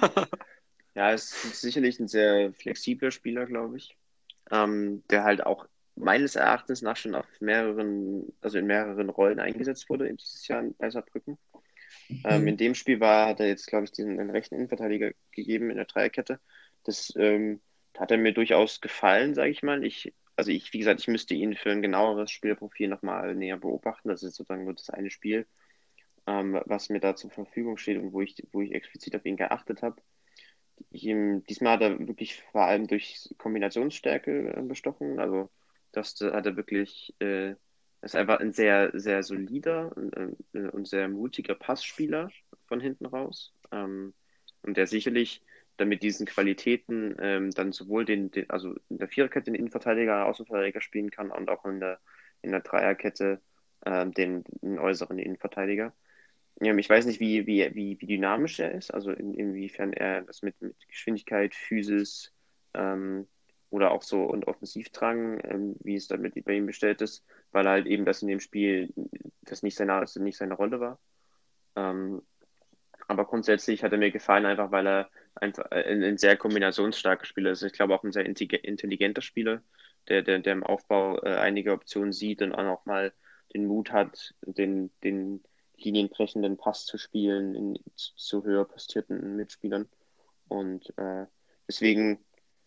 Ja, es ist sicherlich ein sehr flexibler Spieler, glaube ich. Ähm, der halt auch meines Erachtens nach schon auf mehreren, also in mehreren Rollen eingesetzt wurde in dieses Jahr bei Saarbrücken. Ähm, in Mhm. dem Spiel war, hat er jetzt, glaube ich, diesen einen rechten Innenverteidiger gegeben in der Dreierkette. Das ähm, hat er mir durchaus gefallen, sage ich mal. Ich, also ich, wie gesagt, ich müsste ihn für ein genaueres Spielerprofil nochmal näher beobachten. Das ist sozusagen nur das eine Spiel, ähm, was mir da zur Verfügung steht und wo ich, wo ich explizit auf ihn geachtet habe. Ich, ähm, diesmal hat er wirklich vor allem durch Kombinationsstärke äh, bestochen. Also das äh, hat er wirklich, äh, ist einfach ein sehr, sehr solider und, äh, und sehr mutiger Passspieler von hinten raus. Ähm, und der sicherlich dann mit diesen Qualitäten ähm, dann sowohl den, den, also in der Viererkette den Innenverteidiger, Außenverteidiger spielen kann und auch in der, in der Dreierkette ähm, den, den äußeren Innenverteidiger. Ja, ich weiß nicht, wie, wie, wie, wie dynamisch er ist, also in, inwiefern er das mit, mit Geschwindigkeit, Physis ähm, oder auch so und Offensivdrang, ähm, wie es damit bei ihm bestellt ist, weil er halt eben das in dem Spiel das nicht seine, das nicht seine Rolle war. Ähm, aber grundsätzlich hat er mir gefallen, einfach weil er einfach ein, ein sehr kombinationsstarker Spieler ist. Ich glaube auch ein sehr intelligenter Spieler, der, der, der im Aufbau äh, einige Optionen sieht und auch mal den Mut hat, den, den linienbrechenden Pass zu spielen in, zu, zu höher postierten Mitspielern. Und äh, deswegen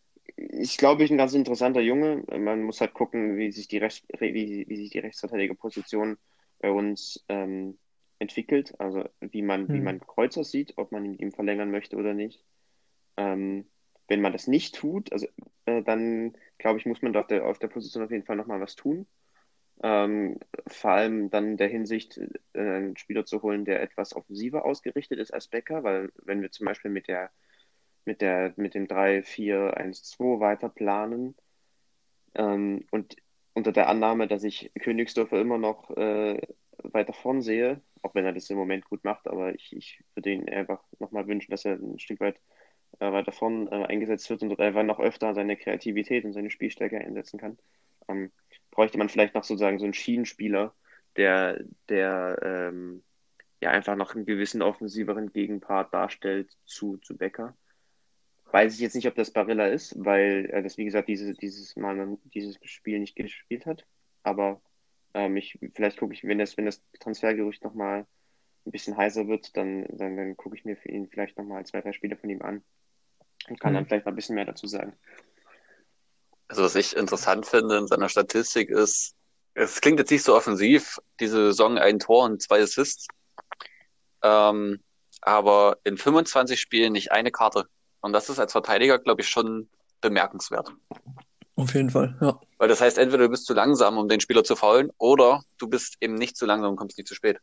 ist, glaube ich, ein ganz interessanter Junge. Man muss halt gucken, wie sich die, Rechts, wie, wie sich die Rechtsverteidigerposition bei uns ähm, entwickelt. Also wie man, wie Hm. man Kreuzer sieht, ob man mit ihm verlängern möchte oder nicht. Ähm, wenn man das nicht tut, also äh, dann glaube ich, muss man da auf der, auf der Position auf jeden Fall nochmal was tun. Ähm, vor allem dann in der Hinsicht, äh, einen Spieler zu holen, der etwas offensiver ausgerichtet ist als Becker, weil wenn wir zum Beispiel mit der mit der mit dem drei vier eins zwei weiter planen, ähm, und unter der Annahme, dass ich Königsdörfer immer noch äh, weiter vorn sehe, auch wenn er das im Moment gut macht, aber ich, ich würde ihn einfach nochmal wünschen, dass er ein Stück weit äh, weiter vorn äh, eingesetzt wird und dort einfach noch öfter seine Kreativität und seine Spielstärke einsetzen kann. Ähm, bräuchte man vielleicht noch sozusagen so einen Schienenspieler, der, der ähm, ja einfach noch einen gewissen offensiveren Gegenpart darstellt zu, zu Becker. Weiß ich jetzt nicht, ob das Barilla ist, weil er das, wie gesagt, diese, dieses Mal noch- dieses Spiel nicht gespielt hat. Aber ähm, ich, vielleicht gucke ich, wenn das, wenn das Transfergerücht nochmal ein bisschen heißer wird, dann, dann, dann gucke ich mir für ihn vielleicht nochmal zwei, drei Spiele von ihm an und kann Hm. dann vielleicht noch ein bisschen mehr dazu sagen. Also was ich interessant finde in seiner Statistik ist, es klingt jetzt nicht so offensiv, diese Saison ein Tor und zwei Assists, ähm, aber in fünfundzwanzig Spielen nicht eine Karte. Und das ist als Verteidiger, glaube ich, schon bemerkenswert. Auf jeden Fall, ja. Weil das heißt, entweder du bist zu langsam, um den Spieler zu faulen, oder du bist eben nicht zu langsam und kommst nicht zu spät.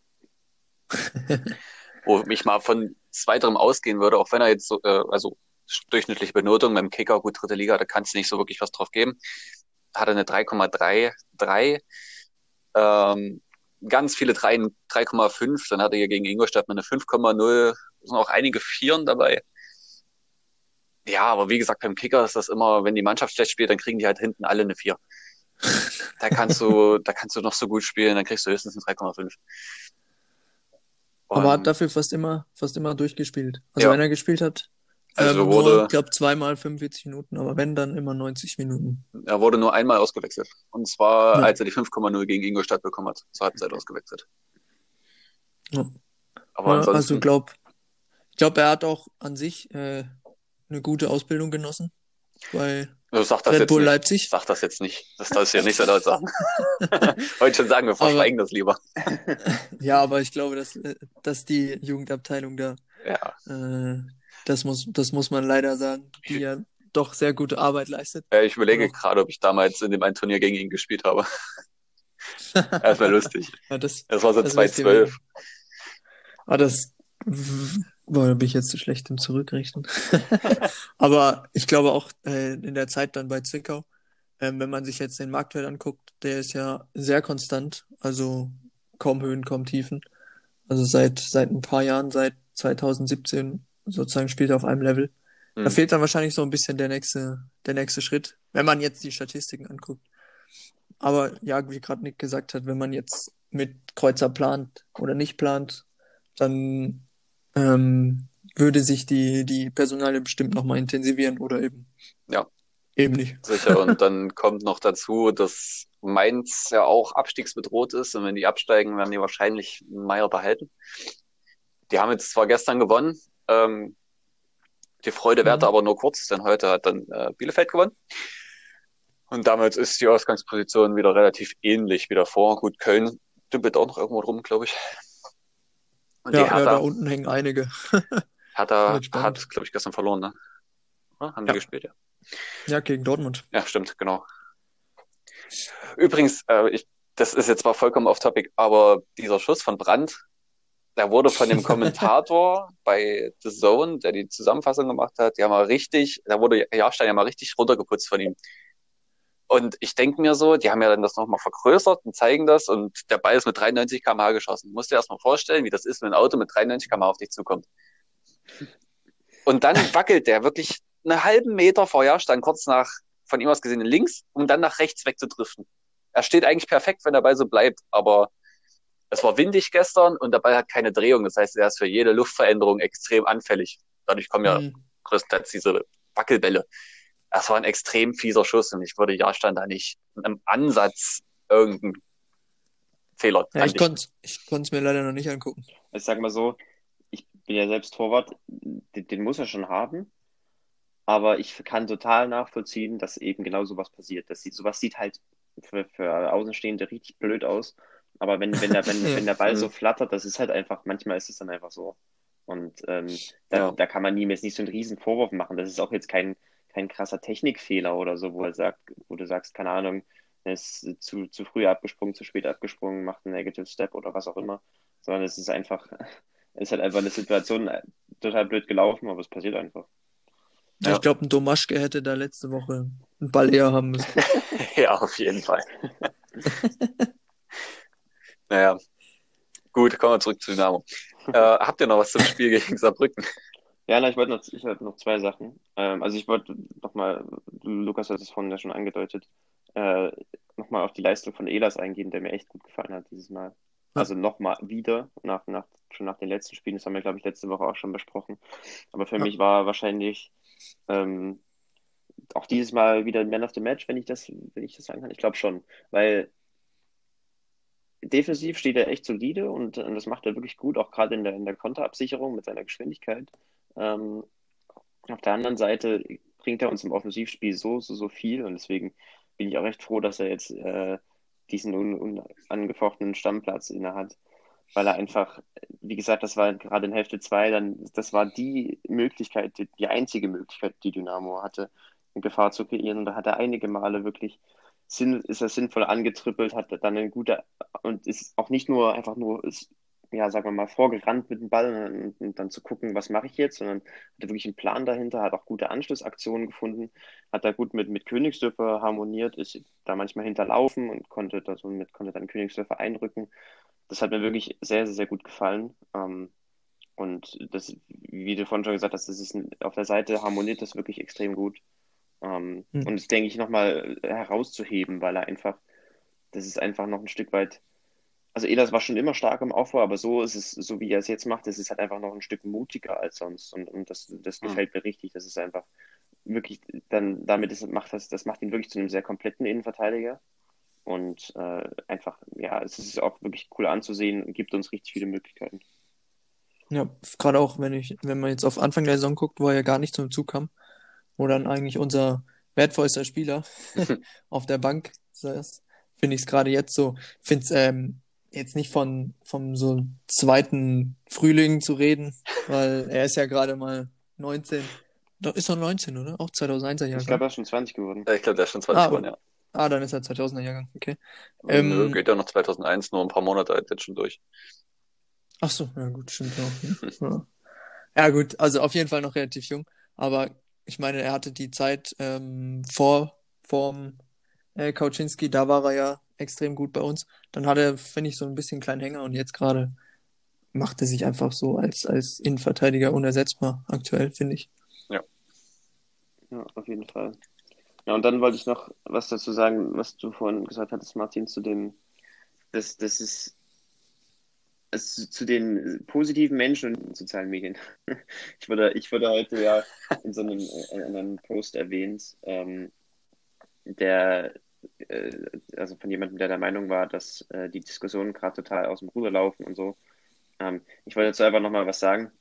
Wo ich mal von zweiterem ausgehen würde, auch wenn er jetzt so, äh, also durchschnittliche Benotung beim Kicker, gut, dritte Liga, da kannst du nicht so wirklich was drauf geben. Hat er eine drei Komma dreiunddreißig, ähm, ganz viele drei Komma fünf, dann hat er hier gegen Ingolstadt mal eine fünf Komma null, sind auch einige Vieren dabei. Ja, aber wie gesagt, beim Kicker ist das immer, wenn die Mannschaft schlecht spielt, dann kriegen die halt hinten alle eine vier. Da kannst du, da kannst du noch so gut spielen, dann kriegst du höchstens eine drei Komma fünf. Aber hat Und dafür fast immer, fast immer durchgespielt. Also ja, wenn er gespielt hat, also ähm, nur, wurde, glaube zweimal fünfundvierzig Minuten, aber wenn, dann immer neunzig Minuten. er wurde nur einmal ausgewechselt. Und zwar, Ja, als er die fünf Komma null gegen Ingolstadt bekommen hat. Zur Halbzeit ausgewechselt. ja. Aber Ja, also ansonsten, glaub, ich glaube, er hat auch an sich äh, eine gute Ausbildung genossen bei Du sag das Red jetzt Bull nicht. Leipzig. Sag das jetzt nicht. Das darfst du ja nicht so laut sagen. Heute schon sagen, wir Aber verschweigen das lieber. ja, aber ich glaube, dass, äh, dass die Jugendabteilung da, Ja. äh, das muss, das muss man leider sagen, die ja doch sehr gute Arbeit leistet. Äh, Ich überlege Und auch, gerade, ob ich damals in dem einen Turnier gegen ihn gespielt habe. Das wäre lustig. ja, das, Das war so das wär's zweitausendzwölf. gewesen. Ah, das, boah, da bin ich jetzt zu schlecht im Zurückrechnen. Aber ich glaube auch äh, in der Zeit dann bei Zwickau, ähm, wenn man sich jetzt den Marktwert anguckt, der ist ja sehr konstant, also kaum Höhen, kaum Tiefen. Also seit, seit ein paar Jahren, seit zwanzig siebzehn sozusagen spielt er auf einem Level. Da Hm. fehlt dann wahrscheinlich so ein bisschen der nächste, der nächste Schritt, wenn man jetzt die Statistiken anguckt. Aber ja, wie gerade Nick gesagt hat, wenn man jetzt mit Kreuzer plant oder nicht plant, dann ähm, würde sich die, die Personalie bestimmt nochmal intensivieren oder eben, Ja, eben nicht. sicher. Und dann kommt noch dazu, dass Mainz ja auch abstiegsbedroht ist. Und wenn die absteigen, werden die wahrscheinlich Meier behalten. Die haben jetzt zwar gestern gewonnen, ähm, die Freude währte Mhm. aber nur kurz, denn heute hat dann äh, Bielefeld gewonnen. Und damit ist die Ausgangsposition wieder relativ ähnlich wie davor. Gut, Köln dümpelt auch noch irgendwo rum, glaube ich. Und die Ja, ja, da Hertha, unten hängen einige. Hertha Wird spannend. hat, glaube ich, gestern verloren, ne? Ja, haben die Ja, gespielt, ja. ja, gegen Dortmund. Ja, stimmt, genau. Übrigens, äh, ich, das ist jetzt zwar vollkommen off-topic, aber dieser Schuss von Brandt, der wurde von dem Kommentator bei The Zone, der die Zusammenfassung gemacht hat, ja mal richtig, da wurde Jahrstein ja mal richtig runtergeputzt von ihm. Und ich denke mir so, die haben ja dann das nochmal vergrößert und zeigen das und der Ball ist mit dreiundneunzig Kilometer pro Stunde geschossen. Du musst dir erst mal vorstellen, wie das ist, wenn ein Auto mit dreiundneunzig Kilometer pro Stunde auf dich zukommt. Und dann wackelt der wirklich einen halben Meter vor Jahrstein, kurz nach von ihm aus gesehen links, um dann nach rechts wegzudriften. Er steht eigentlich perfekt, wenn der Ball so bleibt, aber es war windig gestern und der Ball hat keine Drehung. Das heißt, er ist für jede Luftveränderung extrem anfällig. Dadurch kommen ja Hm. größtenteils diese Wackelbälle. Das war ein extrem fieser Schuss und ich würde Jahrstein da nicht im Ansatz irgendeinen Fehler Ja, ich andichten. konnte ich konnte es mir leider noch nicht angucken. Ich sag mal so, ich bin ja selbst Torwart, den, den muss er schon haben, aber ich kann total nachvollziehen, dass eben genau sowas passiert. Das sieht, sowas sieht halt für, für Außenstehende richtig blöd aus. Aber wenn, wenn der, wenn, Ja. wenn der Ball so Mhm. flattert, das ist halt einfach, manchmal ist es dann einfach so. Und ähm, da, Ja. da kann man ihm jetzt nicht so einen riesen Vorwurf machen. Das ist auch jetzt kein, kein krasser Technikfehler oder so, wo er sagt, wo du sagst, keine Ahnung, er ist zu, zu früh abgesprungen, zu spät abgesprungen, macht einen Negative Step oder was auch immer. Sondern es ist einfach, es ist halt einfach eine Situation total blöd gelaufen, aber es passiert einfach. Ja, Ja. ich glaube, ein Domaschke hätte da letzte Woche einen Ball eher haben müssen. Ja, auf jeden Fall. Naja, gut, kommen wir zurück zu Dynamo. Äh, habt ihr noch was zum Spiel gegen Saarbrücken? Ja, na, ich wollte noch, ich wollte noch zwei Sachen. Ähm, also ich wollte nochmal, Lukas hat es vorhin ja schon angedeutet, äh, nochmal auf die Leistung von Elas eingehen, der mir echt gut gefallen hat dieses Mal. Ja. Also nochmal wieder, nach, nach, schon nach den letzten Spielen, das haben wir, glaube ich, letzte Woche auch schon besprochen. Aber für Ja. mich war wahrscheinlich ähm, auch dieses Mal wieder Man of the Match, wenn ich das, wenn ich das sagen kann. Ich glaube schon, weil defensiv steht er echt solide und, und das macht er wirklich gut, auch gerade in der, in der Konterabsicherung mit seiner Geschwindigkeit. Ähm, auf der anderen Seite bringt er uns im Offensivspiel so, so, so viel und deswegen bin ich auch recht froh, dass er jetzt äh, diesen un, unangefochtenen Stammplatz inne hat, weil er einfach, wie gesagt, das war gerade in Hälfte zwei, dann, das war die Möglichkeit, die, die einzige Möglichkeit, die Dynamo hatte, eine Gefahr zu kreieren und da hat er einige Male wirklich Sinn, ist er sinnvoll angetrippelt, hat dann eine gute und ist auch nicht nur einfach nur, ist, ja, sagen wir mal, vorgerannt mit dem Ball und, und dann zu gucken, was mache ich jetzt, sondern hatte wirklich einen Plan dahinter, hat auch gute Anschlussaktionen gefunden, hat da gut mit, mit Königsdörfer harmoniert, ist da manchmal hinterlaufen und konnte da somit konnte dann Königsdörfer einrücken. Das hat mir wirklich sehr, sehr, sehr gut gefallen. Ähm, und das, wie du vorhin schon gesagt hast, das ist ein, auf der Seite harmoniert das wirklich extrem gut. Ähm, Hm. und das denke ich nochmal herauszuheben, weil er einfach, das ist einfach noch ein Stück weit, also Ehlers war schon immer stark im Aufbau, aber so ist es, so wie er es jetzt macht, das ist halt einfach noch ein Stück mutiger als sonst. Und, und das, das Hm. gefällt mir richtig. Das ist einfach wirklich, dann damit ist, macht das, das macht ihn wirklich zu einem sehr kompletten Innenverteidiger. Und äh, einfach, ja, es ist auch wirklich cool anzusehen und gibt uns richtig viele Möglichkeiten. Ja, gerade auch, wenn ich, wenn man jetzt auf Anfang der Saison guckt, wo er ja gar nicht zum Zug kam, wo dann eigentlich unser wertvollster Spieler auf der Bank saß, finde ich es gerade jetzt so. Finde es ähm, jetzt nicht von vom so zweiten Frühling zu reden, weil er ist ja gerade mal neunzehn. Doch, ist er neunzehn, oder? Auch zweitausendeiner Ich Jahrgang. glaube, er ist schon zwanzig geworden. Ja, ich glaube, der ist schon zwanzig Ah, geworden, und, ja. ah, dann ist er zweitausender Jahrgang, okay. Äh, Nö, Ähm, geht ja noch zweitausendeins, nur ein paar Monate alt jetzt schon durch. ach so, ja gut, stimmt ja auch. Ne? Ja. Ja gut, also auf jeden Fall noch relativ jung, aber ich meine, er hatte die Zeit ähm, vor vorm äh, Kauczynski, da war er ja extrem gut bei uns. Dann hat er, finde ich, so ein bisschen einen kleinen Hänger und jetzt gerade macht er sich einfach so als, als Innenverteidiger unersetzbar aktuell, finde ich. Ja. Ja, auf jeden Fall. Ja, und dann wollte ich noch was dazu sagen, was du vorhin gesagt hattest, Martin, zu dem, dass das ist also zu den positiven Menschen und sozialen Medien. Ich wurde, ich wurde heute ja in so einem, in einem Post erwähnt, ähm, der, äh, also von jemandem, der der Meinung war, dass äh, die Diskussionen gerade total aus dem Ruder laufen und so. Ähm, ich wollte dazu einfach nochmal was sagen.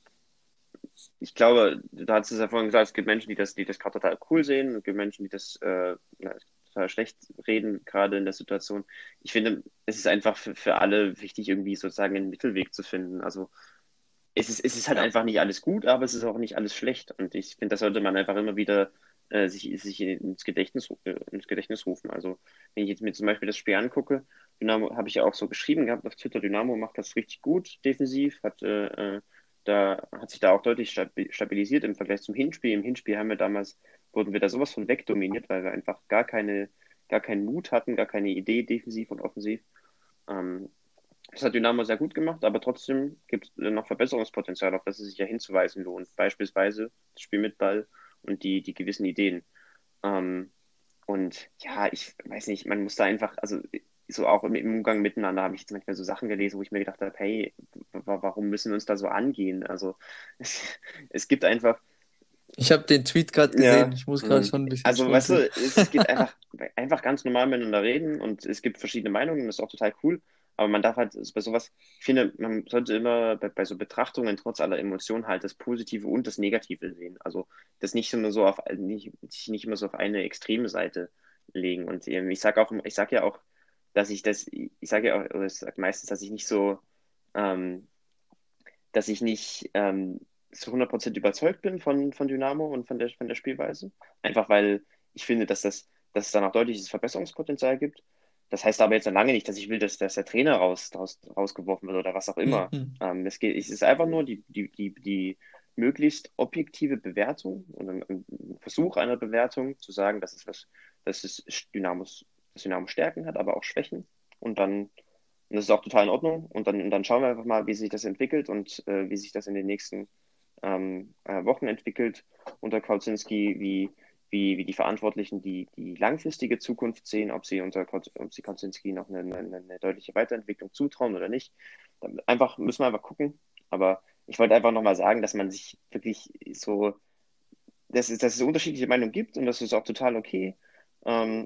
Ich glaube, du hast es ja vorhin gesagt, es gibt Menschen, die das, die das gerade total cool sehen, es gibt Menschen, die das äh, na, total schlecht reden, gerade in der Situation. Ich finde, es ist einfach für, für alle wichtig, irgendwie sozusagen einen Mittelweg zu finden. Also es ist, es ist halt Ja. einfach nicht alles gut, aber es ist auch nicht alles schlecht. Und ich finde, das sollte man einfach immer wieder äh, sich, sich ins Gedächtnis, äh, ins Gedächtnis rufen. Also wenn ich jetzt mir zum Beispiel das Spiel angucke, Dynamo habe ich ja auch so geschrieben gehabt auf Twitter, Dynamo macht das richtig gut defensiv, hat äh, äh, da hat sich da auch deutlich stabilisiert im Vergleich zum Hinspiel. Im Hinspiel haben wir damals, wurden wir da sowas von wegdominiert, weil wir einfach gar keine, gar keinen Mut hatten, gar keine Idee, defensiv und offensiv. Ähm, Das hat Dynamo sehr gut gemacht, aber trotzdem gibt es noch Verbesserungspotenzial, auf das es sich ja hinzuweisen lohnt. Beispielsweise das Spiel mit Ball und die, die gewissen Ideen. Ähm, und ja, ich weiß nicht, man muss da einfach, also so auch im, im Umgang miteinander habe ich jetzt manchmal so Sachen gelesen, wo ich mir gedacht habe, hey, warum müssen wir uns da so angehen? Also es, es gibt einfach, Ich habe den Tweet gerade gesehen, ja, ich muss gerade Mhm. schon ein bisschen also weißt schmunzeln. du, es, es geht einfach, einfach ganz normal miteinander reden und es gibt verschiedene Meinungen, das ist auch total cool. Aber man darf halt bei sowas, ich finde, man sollte immer bei, bei so Betrachtungen trotz aller Emotionen halt das Positive und das Negative sehen. Also das nicht immer so auf nicht, nicht immer so auf eine extreme Seite legen. Und ähm, ich sage auch, ich sage ja auch, dass ich das, ich sage ja auch, oder ich sage meistens, dass ich nicht so, ähm, dass ich nicht ähm, zu hundert Prozent überzeugt bin von, von Dynamo und von der, von der Spielweise. Einfach weil ich finde, dass, das, dass es da noch deutliches Verbesserungspotenzial gibt. Das heißt aber jetzt noch lange nicht, dass ich will, dass, dass der Trainer raus, raus, rausgeworfen wird oder was auch immer. Mhm. Ähm, es geht, es ist einfach nur die, die, die, die möglichst objektive Bewertung und ein, ein Versuch einer Bewertung zu sagen, dass es was, dass es Dynamos, dass Dynamo Stärken hat, aber auch Schwächen. Und dann und das ist auch total in Ordnung. Und dann, und dann schauen wir einfach mal, wie sich das entwickelt und äh, wie sich das in den nächsten ähm, äh, Wochen entwickelt unter Kautzinski, wie, wie, wie die Verantwortlichen die, die langfristige Zukunft sehen, ob sie unter ob sie Kautzinski noch eine, eine, eine deutliche Weiterentwicklung zutrauen oder nicht. Dann einfach müssen wir einfach gucken. Aber ich wollte einfach nochmal sagen, dass man sich wirklich so, dass es, dass es unterschiedliche Meinungen gibt und das ist auch total okay. Ähm,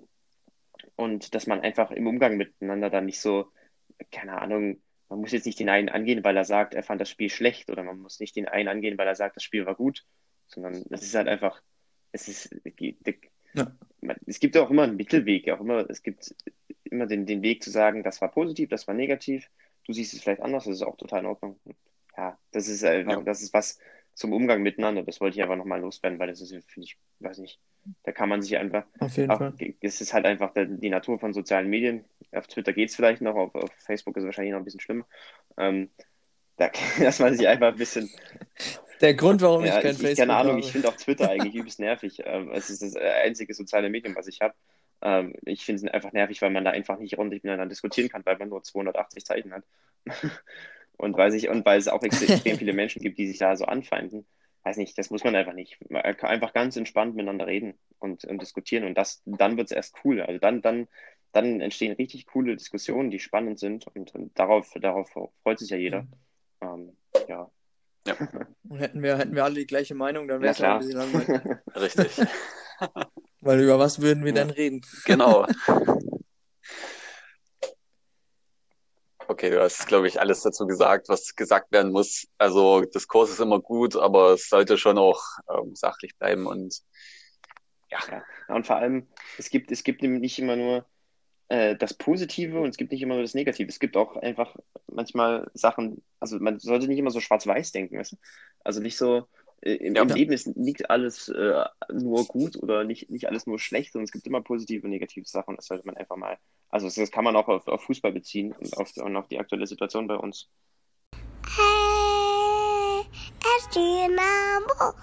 und dass man einfach im Umgang miteinander dann nicht so keine Ahnung, man muss jetzt nicht den einen angehen, weil er sagt, er fand das Spiel schlecht, oder man muss nicht den einen angehen, weil er sagt, das Spiel war gut, sondern es ist halt einfach, es ist, Ja, es gibt auch immer einen Mittelweg, auch immer, es gibt immer den, den Weg zu sagen, das war positiv, das war negativ, du siehst es vielleicht anders, das ist auch total in Ordnung. Ja, das ist Ja. einfach, das ist was zum Umgang miteinander, das wollte ich einfach nochmal loswerden, weil das ist, finde ich, weiß nicht, da kann man sich einfach, auf jeden auch, Fall. es ist halt einfach der, die Natur von sozialen Medien. Auf Twitter geht es vielleicht noch, auf, auf Facebook ist es wahrscheinlich noch ein bisschen schlimmer. Ähm, da, dass man sich einfach ein bisschen, Der Grund, warum ich ja, kein ich, ich keine Facebook Ahnung, ich habe. finde auch Twitter eigentlich übelst nervig. Ähm, es ist das einzige soziale Medium, was ich habe. Ähm, ich finde es einfach nervig, weil man da einfach nicht ordentlich miteinander diskutieren kann, weil man nur zweihundertachtzig Zeichen hat. Und weil sich, und weil es auch ex extrem viele Menschen gibt, die sich da so anfeinden. Weiß nicht, das muss man einfach nicht. Man kann einfach ganz entspannt miteinander reden und, und diskutieren. Und das, dann wird es erst cool. Also dann, dann, dann entstehen richtig coole Diskussionen, die spannend sind. Und, und darauf, darauf freut sich ja jeder. Ähm, ja. Ja, Und hätten wir, hätten wir alle die gleiche Meinung, dann wäre Na es auch ein klar. bisschen langweilig. richtig. Weil über was würden wir Ja. denn reden? Genau. Okay, du hast, glaube ich, alles dazu gesagt, was gesagt werden muss. Also Diskurs ist immer gut, aber es sollte schon auch ähm, sachlich bleiben und Ja, Ja. Und vor allem, es gibt, es gibt eben nicht immer nur äh, das Positive und es gibt nicht immer nur das Negative. Es gibt auch einfach manchmal Sachen, also man sollte nicht immer so schwarz-weiß denken, weißt du? Also nicht so, äh, im, ja, im Ja, Leben ist nicht alles äh, nur gut oder nicht, nicht alles nur schlecht, sondern es gibt immer positive und negative Sachen. Das sollte man einfach mal, also das, das kann man auch auf, auf Fußball beziehen und auf, und auf die aktuelle Situation bei uns. Hey, es Dynamo,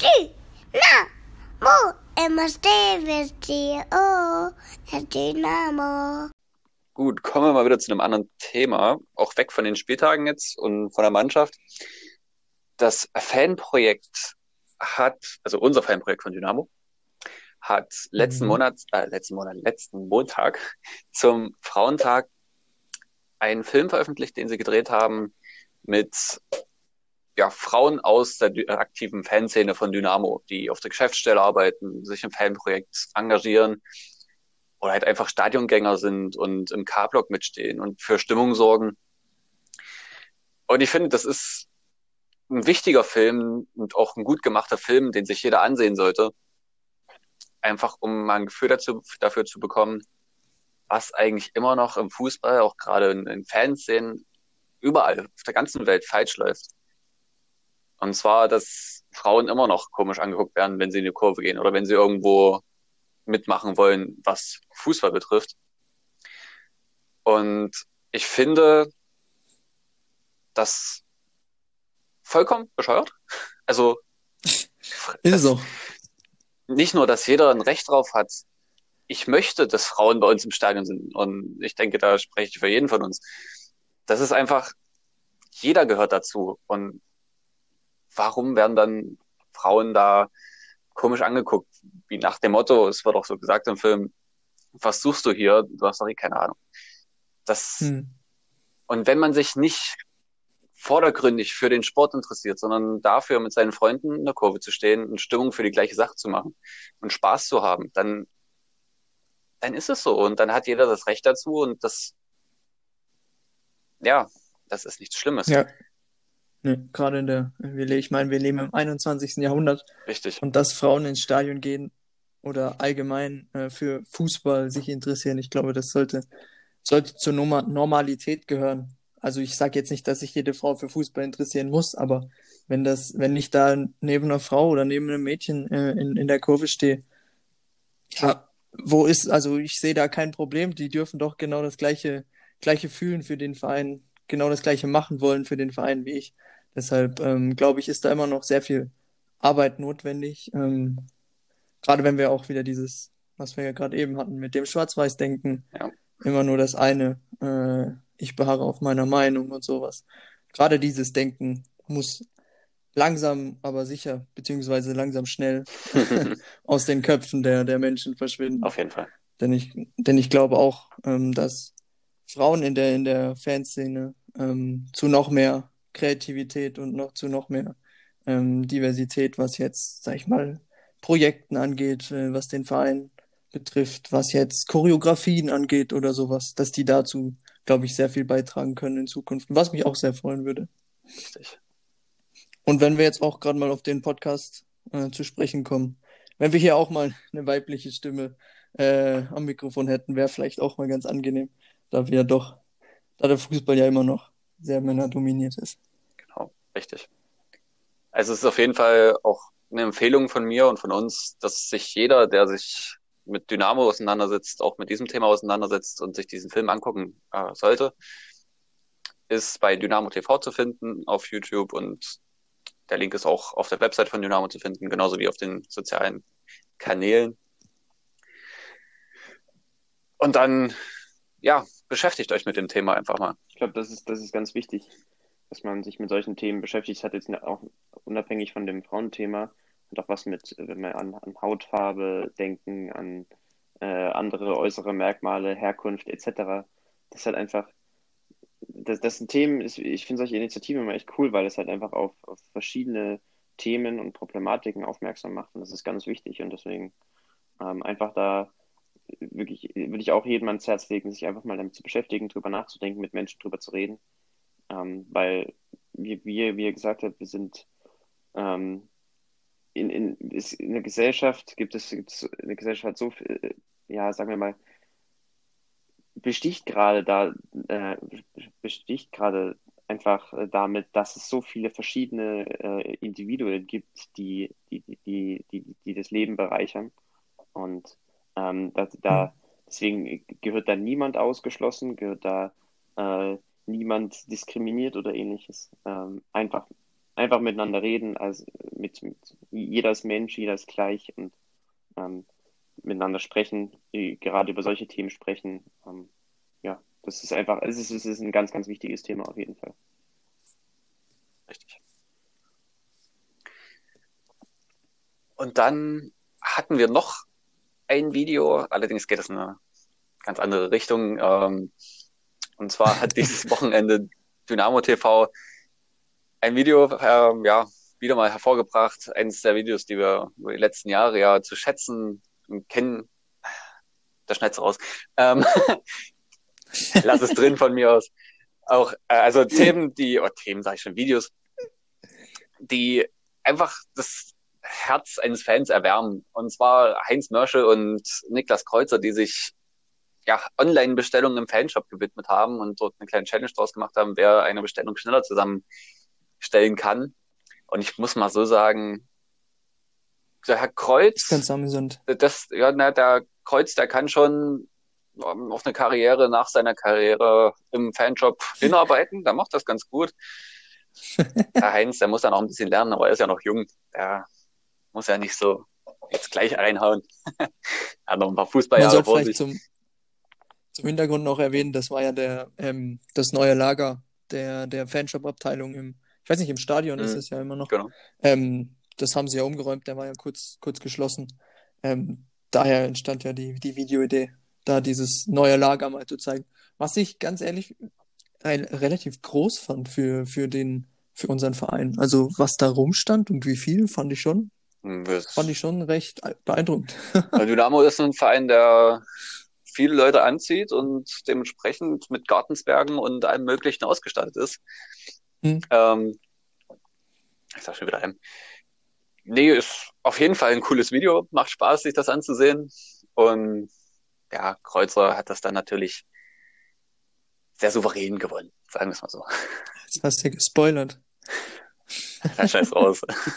Dynamo, immer stehen wir dir, oh, es Dynamo. gut, kommen wir mal wieder zu einem anderen Thema, auch weg von den Spieltagen jetzt und von der Mannschaft. Das Fanprojekt hat, also unser Fanprojekt von Dynamo, hat letzten mhm. Monat, äh, letzten Monat, letzten Montag zum Frauentag einen Film veröffentlicht, den sie gedreht haben mit ja, Frauen aus der dy- aktiven Fanszene von Dynamo, die auf der Geschäftsstelle arbeiten, sich im Fanprojekt engagieren oder halt einfach Stadiongänger sind und im K-Block mitstehen und für Stimmung sorgen. Und ich finde, das ist ein wichtiger Film und auch ein gut gemachter Film, den sich jeder ansehen sollte. Einfach um mal ein Gefühl dazu, dafür zu bekommen, was eigentlich immer noch im Fußball, auch gerade in, in Fanszenen, überall auf der ganzen Welt falsch läuft. Und zwar, dass Frauen immer noch komisch angeguckt werden, wenn sie in die Kurve gehen oder wenn sie irgendwo mitmachen wollen, was Fußball betrifft. Und ich finde das vollkommen bescheuert. Also, Ist es das, auch. nicht nur, dass jeder ein Recht drauf hat. Ich möchte, dass Frauen bei uns im Stadion sind. Und ich denke, da spreche ich für jeden von uns. Das ist einfach, jeder gehört dazu. Und warum werden dann Frauen da komisch angeguckt? Wie nach dem Motto, es wird auch so gesagt im Film, was suchst du hier? Du hast doch eh keine Ahnung. Das, Hm. und wenn man sich nicht vordergründig für den Sport interessiert, sondern dafür mit seinen Freunden in der Kurve zu stehen und Stimmung für die gleiche Sache zu machen und Spaß zu haben, dann, dann ist es so. Und dann hat jeder das Recht dazu und das, ja, das ist nichts Schlimmes. Ja, ne, gerade in der, wir, le- ich meine, wir leben im einundzwanzigsten. Jahrhundert Richtig. und dass Frauen ins Stadion gehen oder allgemein äh, für Fußball sich interessieren, ich glaube, das sollte, sollte zur Norma Normalität gehören. Also ich sage jetzt nicht, dass sich jede Frau für Fußball interessieren muss, aber wenn das, wenn ich da neben einer Frau oder neben einem Mädchen äh, in, in der Kurve stehe, ja, wo ist, also ich sehe da kein Problem. Die dürfen doch genau das gleiche, gleiche fühlen für den Verein, genau das gleiche machen wollen für den Verein wie ich. Deshalb ähm, glaube ich, ist da immer noch sehr viel Arbeit notwendig. Ähm, gerade wenn wir auch wieder dieses, was wir ja gerade eben hatten, mit dem Schwarz-Weiß-Denken, Ja. immer nur das eine, äh, ich beharre auf meiner Meinung und sowas. Gerade dieses Denken muss langsam, aber sicher, beziehungsweise langsam schnell aus den Köpfen der, der Menschen verschwinden. Auf jeden Fall. Denn ich, denn ich glaube auch, ähm, dass Frauen in der, in der Fanszene ähm, zu noch mehr Kreativität und noch zu noch mehr ähm, Diversität, was jetzt, sag ich mal, Projekten angeht, äh, was den Verein betrifft, was jetzt Choreografien angeht oder sowas, dass die dazu, glaube ich, sehr viel beitragen können in Zukunft, was mich auch sehr freuen würde. Richtig. Und wenn wir jetzt auch gerade mal auf den Podcast äh, zu sprechen kommen, wenn wir hier auch mal eine weibliche Stimme äh, am Mikrofon hätten, wäre vielleicht auch mal ganz angenehm, da wir ja doch, da der Fußball ja immer noch sehr männerdominiert ist. Genau. Richtig. Also es ist auf jeden Fall auch eine Empfehlung von mir und von uns, dass sich jeder, der sich mit Dynamo auseinandersetzt, auch mit diesem Thema auseinandersetzt und sich diesen Film angucken äh, sollte, ist bei Dynamo T V zu finden auf YouTube und der Link ist auch auf der Website von Dynamo zu finden, genauso wie auf den sozialen Kanälen. Und dann, ja, beschäftigt euch mit dem Thema einfach mal. Ich glaube, das ist, das ist ganz wichtig, dass man sich mit solchen Themen beschäftigt. Es hat jetzt auch unabhängig von dem Frauenthema und auch was mit, wenn wir an, an Hautfarbe denken, an äh, andere äußere Merkmale, Herkunft et cetera. Das ist halt einfach, das, das sind Themen, ist, ich finde solche Initiativen immer echt cool, weil es halt einfach auf, auf verschiedene Themen und Problematiken aufmerksam macht und das ist ganz wichtig und deswegen ähm, einfach da wirklich, würde ich auch jedem ans Herz legen, sich einfach mal damit zu beschäftigen, drüber nachzudenken, mit Menschen drüber zu reden. Ähm, weil, wie, wie, wie ihr gesagt habt, wir sind, ähm, in, in, ist in der Gesellschaft gibt es, gibt es in der Gesellschaft so viel, äh, ja, sagen wir mal, besticht gerade da, äh, besticht gerade einfach äh, damit, dass es so viele verschiedene äh, Individuen gibt, die, die, die, die, die, die das Leben bereichern. Und ähm, da, Hm. da deswegen gehört da niemand ausgeschlossen, gehört da äh, niemand diskriminiert oder ähnliches. Ähm, einfach, einfach miteinander reden, also mit, mit jeder ist Mensch, jeder ist gleich und ähm, miteinander sprechen, äh, gerade über solche Themen sprechen. Ähm, ja, das ist einfach, es ist, es ist ein ganz, ganz wichtiges Thema auf jeden Fall. Richtig. Und dann hatten wir noch ein Video, allerdings geht es in eine ganz andere Richtung. Ähm, und zwar hat dieses Wochenende Dynamo T V ein Video ähm, ja, wieder mal hervorgebracht. Eines der Videos, die wir über die letzten Jahre ja zu schätzen und kennen. Da schneid's raus. Ähm, lass es drin von mir aus. Auch, äh, also Themen, die, oh, Themen sage ich schon, Videos, die einfach das Herz eines Fans erwärmen. Und zwar Heinz Mörschel und Niklas Kreuzer, die sich ja Online-Bestellungen im Fanshop gewidmet haben und dort eine kleine Challenge draus gemacht haben, wer eine Bestellung schneller zusammenstellen kann. Und ich muss mal so sagen, der Herr Kreuz, Ganz amüsant. das, ja, na, der Kreuz, der kann schon ähm, auf eine Karriere nach seiner Karriere im Fanshop hinarbeiten. Der macht das ganz gut. Herr Heinz, der muss ja noch ein bisschen lernen, aber er ist ja noch jung. Der muss ja nicht so jetzt gleich reinhauen. Er hat noch ein paar Man Fußballjahre sollte vor vielleicht sich. zum, zum Hintergrund noch erwähnen, das war ja der, ähm, das neue Lager der, der Fanshop-Abteilung im, ich weiß nicht, im Stadion ist Mhm, es ja immer noch. genau. Ähm, das haben sie ja umgeräumt, der war ja kurz, kurz geschlossen. Ähm, daher entstand ja die, die Videoidee, da dieses neue Lager mal zu zeigen. Was ich ganz ehrlich ein, relativ groß fand für, für den, für unseren Verein. Also was da rumstand und wie viel, fand ich schon, fand ich Das, schon recht beeindruckend. also Dynamo ist ein Verein, der viele Leute anzieht und dementsprechend mit Gartenzwergen und allem Möglichen ausgestattet ist. Hm. Ähm, ich sag schon wieder ein. Nee, ist auf jeden Fall ein cooles Video. Macht Spaß, sich das anzusehen. Und ja, Kreuzer hat das dann natürlich sehr souverän gewonnen. Sagen wir es mal so. Jetzt hast du ja gespoilert. Da scheiß raus.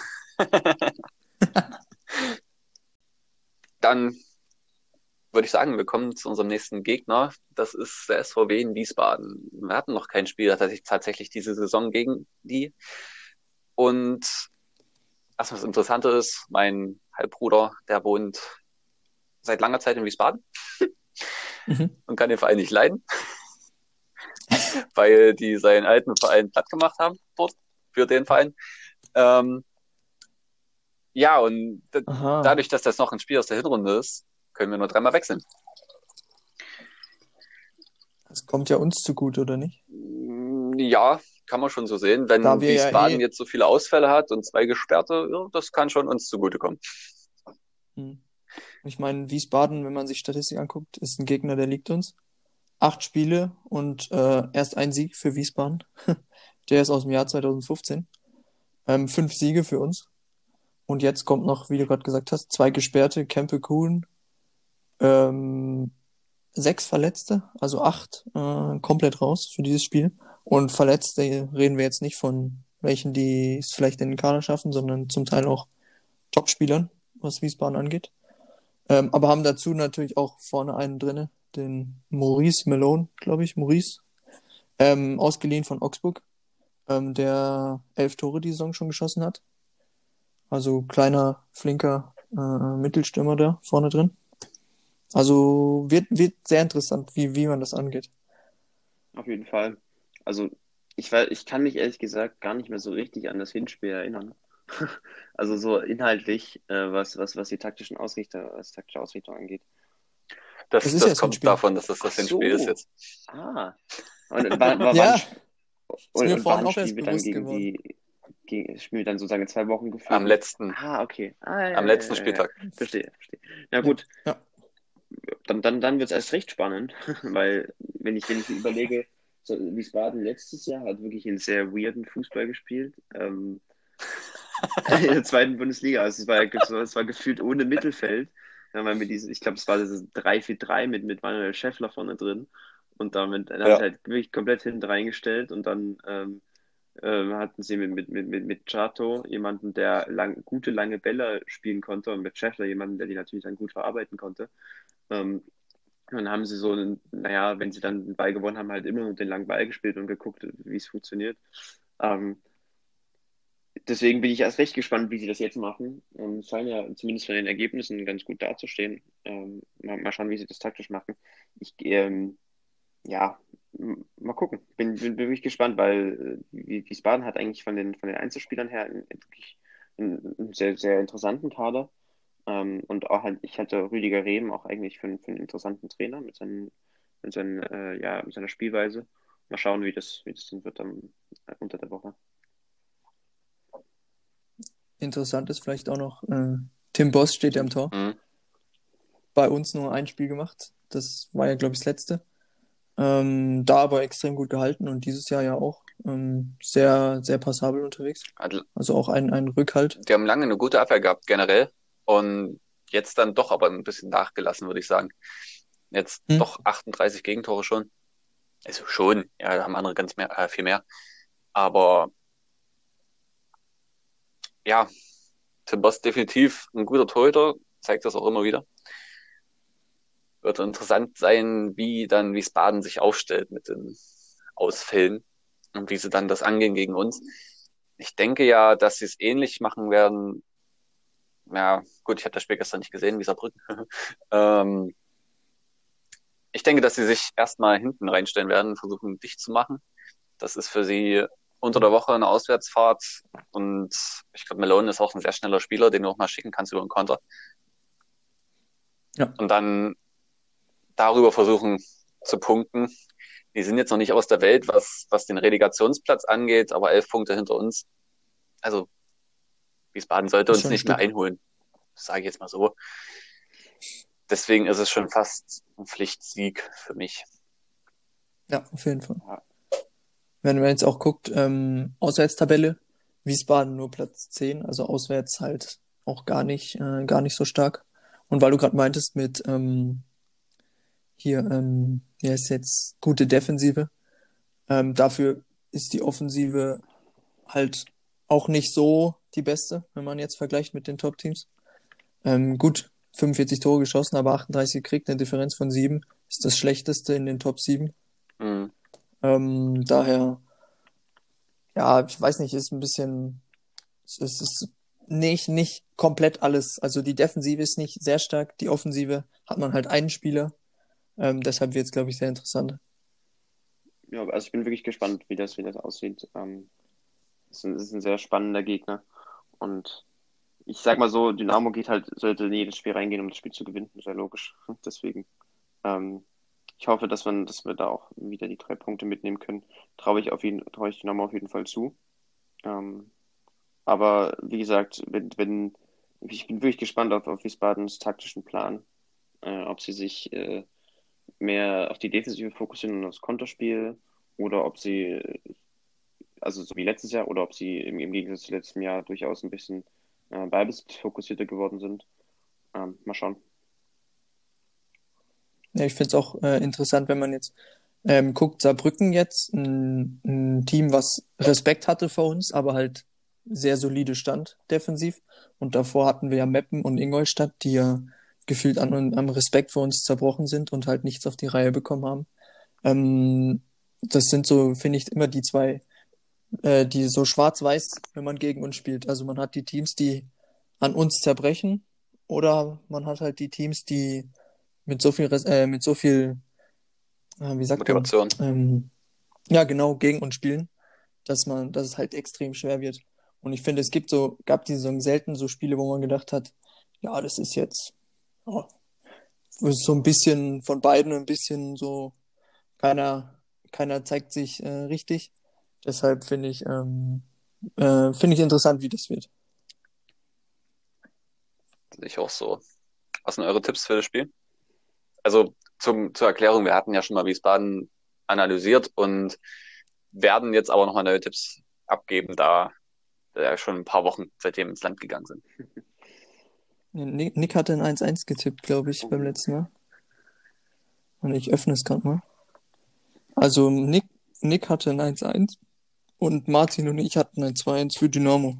Dann würde ich sagen, wir kommen zu unserem nächsten Gegner. Das ist der S V W in Wiesbaden. Wir hatten noch kein Spiel tatsächlich diese Saison gegen die. Und was das Interessante ist, mein Halbbruder, der wohnt seit langer Zeit in Wiesbaden Mhm. und kann den Verein nicht leiden, weil die seinen alten Verein platt gemacht haben dort für den Verein. Ähm, ja, und d- Aha. dadurch, dass das noch ein Spiel aus der Hinrunde ist, können wir nur dreimal wechseln. Das kommt ja uns zugute, oder nicht? Mm, Ja, kann man schon so sehen. Wenn Da wir ja Wiesbaden eh. jetzt so viele Ausfälle hat und zwei Gesperrte, ja, das kann schon uns zugutekommen. Hm. Ich meine, Wiesbaden, wenn man sich Statistik anguckt, ist ein Gegner, der liegt uns. Acht Spiele und äh, erst ein Sieg für Wiesbaden. Der ist aus dem Jahr zwanzig fünfzehn. Ähm, fünf Siege für uns. Und jetzt kommt noch, wie du gerade gesagt hast, zwei Gesperrte, Kempe Kuhn, ähm, sechs Verletzte, also acht äh, komplett raus für dieses Spiel. Und Verletzte reden wir jetzt nicht von welchen, die es vielleicht in den Kader schaffen, sondern zum Teil auch Topspielern, was Wiesbaden angeht. Ähm, aber haben dazu natürlich auch vorne einen drinne, den Maurice Malone, glaube ich, Maurice, ähm, ausgeliehen von Augsburg, ähm, der elf Tore die Saison schon geschossen hat. Also kleiner, flinker äh, Mittelstürmer da vorne drin. Also wird, wird sehr interessant, wie, wie man das angeht. Auf jeden Fall. Also ich weiß, ich kann mich ehrlich gesagt gar nicht mehr so richtig an das Hinspiel erinnern. Also so inhaltlich, äh, was, was, was die taktischen Ausrichter, was die taktische Ausrichtung angeht. Das, Das ist das ja das kommt Hinspiel. davon, dass das das Ach Hinspiel ist so. jetzt. Ah. Und war, war, Ja, wann, ist und, mir und vorhin wann auch spielen erst wir dann bewusst gegen geworden. die, gegen, spielen wir dann sozusagen in zwei Wochen Am gefühlt? letzten, Ah, okay. Ah, ja, am ja, letzten ja, ja. Spieltag. Verstehe, verstehe. Na Ja, gut, ja. dann, dann, dann wird es erst recht spannend, weil wenn ich, wenn ich überlege, so, Wiesbaden letztes Jahr hat wirklich einen sehr weirden Fußball gespielt. Ähm, in der zweiten Bundesliga. Also es war, ja- es war es war gefühlt ohne Mittelfeld. Dann haben wir diese, ich glaube, es war das drei vier drei mit, mit Manuel Schäffler vorne drin. Und damit dann haben Ja. sie halt wirklich komplett hinten reingestellt und dann ähm, ähm, hatten sie mit, mit, mit, mit, mit Chato jemanden, der lang, gute lange Bälle spielen konnte und mit Schäffler jemanden, der die natürlich dann gut verarbeiten konnte. Ähm, dann haben sie so einen, naja, wenn sie dann den Ball gewonnen haben, halt immer nur den langen Ball gespielt und geguckt, wie es funktioniert. Ähm, deswegen bin ich erst recht gespannt, wie sie das jetzt machen. Ähm, scheinen ja zumindest von den Ergebnissen ganz gut dazustehen. Ähm, mal, mal schauen, wie sie das taktisch machen. Ich, ähm, ja, m- mal gucken. Bin, bin, bin wirklich gespannt, weil äh, Wiesbaden hat eigentlich von den, von den Einzelspielern her einen, wirklich einen, einen sehr, sehr interessanten Kader. Ähm, und auch halt, ich hatte Rüdiger Rehm auch eigentlich für, einen- für einen interessanten Trainer mit, seinen, mit, seinen, äh, ja, mit seiner Spielweise. Mal schauen, wie das, wie das dann wird am, äh, unter der Woche. Interessant ist vielleicht auch noch, äh, Tim Boss steht ja im Tor. Mhm. Bei uns nur ein Spiel gemacht. Das war ja, glaube ich, das letzte. Ähm, da aber extrem gut gehalten und dieses Jahr ja auch ähm, sehr, sehr passabel unterwegs. Also, Also auch ein, ein Rückhalt. die haben lange eine gute Abwehr gehabt, generell. Und jetzt dann doch aber ein bisschen nachgelassen, würde ich sagen. Jetzt Hm. doch achtunddreißig Gegentore schon. Also schon, ja, da haben andere ganz mehr, äh, viel mehr. Aber ja, Tim Boss definitiv ein guter Torhüter, zeigt das auch immer wieder. Wird interessant sein, wie dann Wiesbaden sich aufstellt mit den Ausfällen und wie sie dann das angehen gegen uns. Ich denke ja, dass sie es ähnlich machen werden. Ja, gut, ich habe das Spiel gestern nicht gesehen, wie Saarbrücken. ähm, ich denke, dass sie sich erstmal hinten reinstellen werden, versuchen dicht zu machen. Das ist für sie unter der Woche eine Auswärtsfahrt und ich glaube, Malone ist auch ein sehr schneller Spieler, den du auch mal schicken kannst über einen Konter. Ja. Und dann darüber versuchen zu punkten. Die sind jetzt noch nicht aus der Welt, was, was den Relegationsplatz angeht, aber elf Punkte hinter uns. Also Wiesbaden sollte Ist uns schon ein nicht mehr Stück. einholen, sage ich jetzt mal so. Deswegen ist es schon fast ein Pflichtsieg für mich. Ja, auf jeden Fall. Ja. Wenn man jetzt auch guckt, ähm, Auswärtstabelle, Wiesbaden nur Platz zehn, also auswärts halt auch gar nicht, äh, gar nicht so stark. Und weil du gerade meintest mit ähm, hier, ähm, ja, ist jetzt gute Defensive, ähm, dafür ist die Offensive halt auch nicht so die beste, wenn man jetzt vergleicht mit den Top-Teams. Ähm, gut, fünfundvierzig Tore geschossen, aber achtunddreißig gekriegt, eine Differenz von sieben, ist das schlechteste in den Top sieben. Mhm. Ähm, daher, ja, ich weiß nicht, ist ein bisschen, es ist, ist nicht, nicht komplett alles. Also die Defensive ist nicht sehr stark, die Offensive hat man halt einen Spieler. Ähm, deshalb wird es, glaube ich, sehr interessant. Ja, also ich bin wirklich gespannt, wie das, wie das aussieht. Ähm, es ist ein, es ist ein sehr spannender Gegner. Und ich sag mal so, Dynamo geht halt, sollte in jedes Spiel reingehen, um das Spiel zu gewinnen. Ist ja logisch. Deswegen, ähm, ich hoffe, dass wir, dass wir da auch wieder die drei Punkte mitnehmen können. Traue ich auf jeden, traue ich Dynamo auf jeden Fall zu. Ähm, aber wie gesagt, wenn, wenn, ich bin wirklich gespannt auf, auf Wiesbadens taktischen Plan. Äh, ob sie sich äh, mehr auf die Defensive fokussieren und aufs Konterspiel oder ob sie, also so wie letztes Jahr, oder ob sie im, im Gegensatz zu letztem Jahr durchaus ein bisschen äh, ballbesitzfokussierter geworden sind. Ähm, mal schauen. Ja, ich finde es auch äh, interessant, wenn man jetzt ähm, guckt, Saarbrücken jetzt, ein, ein Team, was Respekt hatte vor uns, aber halt sehr solide stand defensiv. Und davor hatten wir ja Meppen und Ingolstadt, die ja gefühlt an, am Respekt vor uns zerbrochen sind und halt nichts auf die Reihe bekommen haben. Ähm, das sind so, finde ich, immer die zwei, äh, die so schwarz-weiß, wenn man gegen uns spielt. Also man hat die Teams, die an uns zerbrechen, oder man hat halt die Teams, die mit so viel, Res- äh, mit so viel, äh, wie sagt man, Motivation. ähm, ja, genau, gegen uns spielen, dass man, dass es halt extrem schwer wird. Und ich finde, es gibt so, gab diese Saison selten so Spiele, wo man gedacht hat, ja, das ist jetzt, oh, das ist so ein bisschen von beiden ein bisschen so, keiner, keiner zeigt sich äh, richtig. Deshalb finde ich, ähm, äh, finde ich interessant, wie das wird. Sehe ich auch so. Was sind eure Tipps für das Spiel? Also zum, zur Erklärung, wir hatten ja schon mal Wiesbaden analysiert und werden jetzt aber nochmal neue Tipps abgeben, da ja schon ein paar Wochen seitdem ins Land gegangen sind. Nick, Nick hatte ein eins eins getippt, glaube ich, beim letzten Mal. Und ich öffne es gerade mal. Also Nick, Nick hatte ein eins eins und Martin und ich hatten ein zwei eins für Dynamo.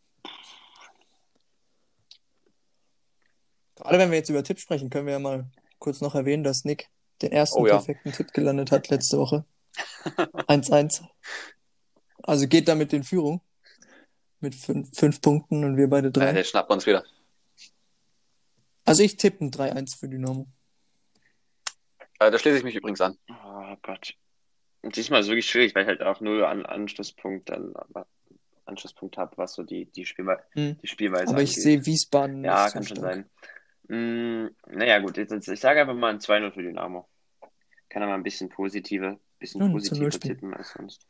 Gerade wenn wir jetzt über Tipps sprechen, können wir ja mal kurz noch erwähnen, dass Nick den ersten Oh ja. perfekten Tipp gelandet hat letzte Woche. eins eins. Also geht damit in Führung. Mit fünf, fünf Punkten und wir beide drei. Ja, den schnappen wir uns wieder. Also ich tippe ein drei eins für Dynamo. Äh, da schließe ich mich übrigens an. Oh Gott. Und diesmal ist es wirklich schwierig, weil ich halt auch null an Anschlusspunkt dann aber Anschlusspunkt habe, was so die, die, Spielwe- Hm. die Spielweise Aber ich angeht. sehe Wiesbaden Ja, nicht so kann schon stark. sein. Mm, naja, gut, jetzt, jetzt, ich sage einfach mal ein zwei null für Dynamo. Kann er mal ein bisschen positive, bisschen Ja, ein zu null positiver Spiel. tippen als sonst.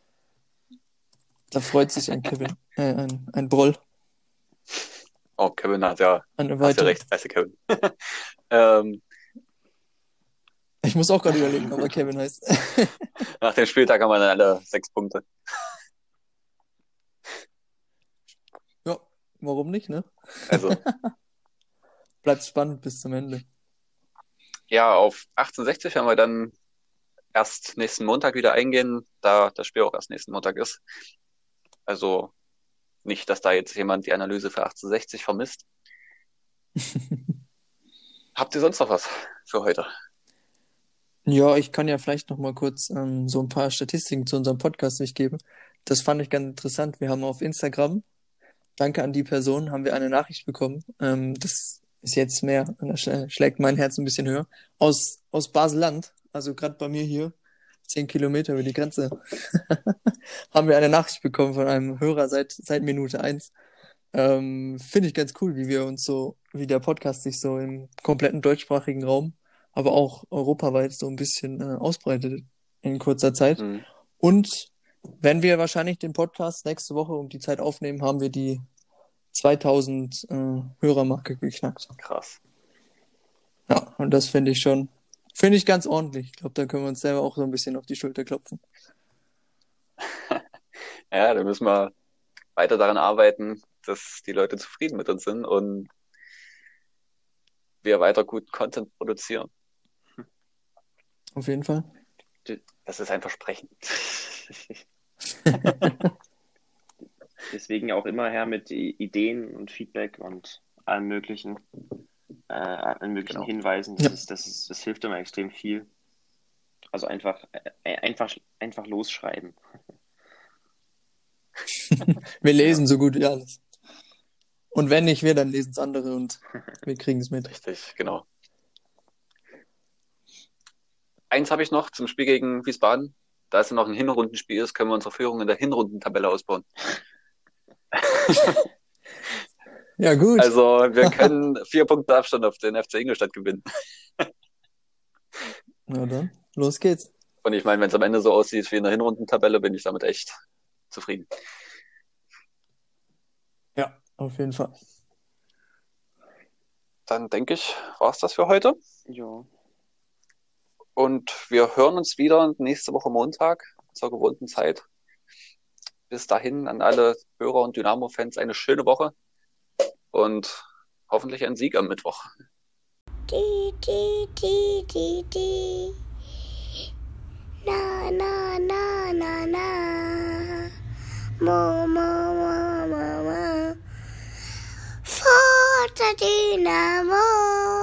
Da freut sich ein Kevin. Äh, ein, ein Broll. Oh, Kevin hat ja, Eine hast ja weitere. recht, heißt der Kevin. ähm, Ich muss auch gerade überlegen, ob er Kevin heißt. nach dem Spieltag haben wir dann alle sechs Punkte. Ja, warum nicht, ne? Also, Bleibt spannend bis zum Ende. ja, auf achtzehnhundertsechzig werden wir dann erst nächsten Montag wieder eingehen, da das Spiel auch erst nächsten Montag ist. Also nicht, dass da jetzt jemand die Analyse für achtzehnhundertsechzig vermisst. Habt ihr sonst noch was für heute? Ja, ich kann ja vielleicht noch mal kurz ähm, so ein paar Statistiken zu unserem Podcast durchgeben. Das fand ich ganz interessant. Wir haben auf Instagram, danke an die Person, haben wir eine Nachricht bekommen. Ähm, das ist jetzt mehr, und da sch- schlägt mein Herz ein bisschen höher. Aus, aus Basel-Land, also gerade bei mir hier, zehn Kilometer über die Grenze, haben wir eine Nachricht bekommen von einem Hörer seit, seit Minute eins. Ähm, finde ich ganz cool, wie wir uns so, wie der Podcast sich so im kompletten deutschsprachigen Raum, aber auch europaweit so ein bisschen äh, ausbreitet in kurzer Zeit. Hm. Und wenn wir wahrscheinlich den Podcast nächste Woche um die Zeit aufnehmen, haben wir die zweitausend äh, Hörermarke geknackt. Krass. Ja, und das finde ich schon, finde ich ganz ordentlich. Ich glaube, da können wir uns selber auch so ein bisschen auf die Schulter klopfen. Ja, da müssen wir weiter daran arbeiten, dass die Leute zufrieden mit uns sind und wir weiter gut Content produzieren. Auf jeden Fall. Das ist ein Versprechen. Deswegen auch immer her mit I- Ideen und Feedback und allen möglichen, äh, allen möglichen Genau. Hinweisen. Das, Ja. ist, das, ist, das hilft immer extrem viel. Also einfach, äh, einfach, einfach losschreiben. Wir lesen so gut wie alles. Und wenn nicht wir, dann lesen es andere und wir kriegen es mit. Richtig, genau. Eins habe ich noch zum Spiel gegen Wiesbaden. Da es noch ein Hinrundenspiel ist, können wir unsere Führung in der Hinrundentabelle ausbauen. Ja, gut. Also wir können vier Punkte Abstand auf den F C Ingolstadt gewinnen. Na dann, los geht's. Und ich meine, wenn es am Ende so aussieht wie in der Hinrundentabelle, bin ich damit echt zufrieden. Ja, auf jeden Fall. Dann denke ich, war es das für heute. Ja. Und wir hören uns wieder nächste Woche Montag zur gewohnten Zeit. Bis dahin an alle Hörer und Dynamo-Fans eine schöne Woche und hoffentlich ein Sieg am Mittwoch. Die, die, die, die, die. Na, na, na, na, na. Mo, mo, mo, mo, mo. Forza Dynamo.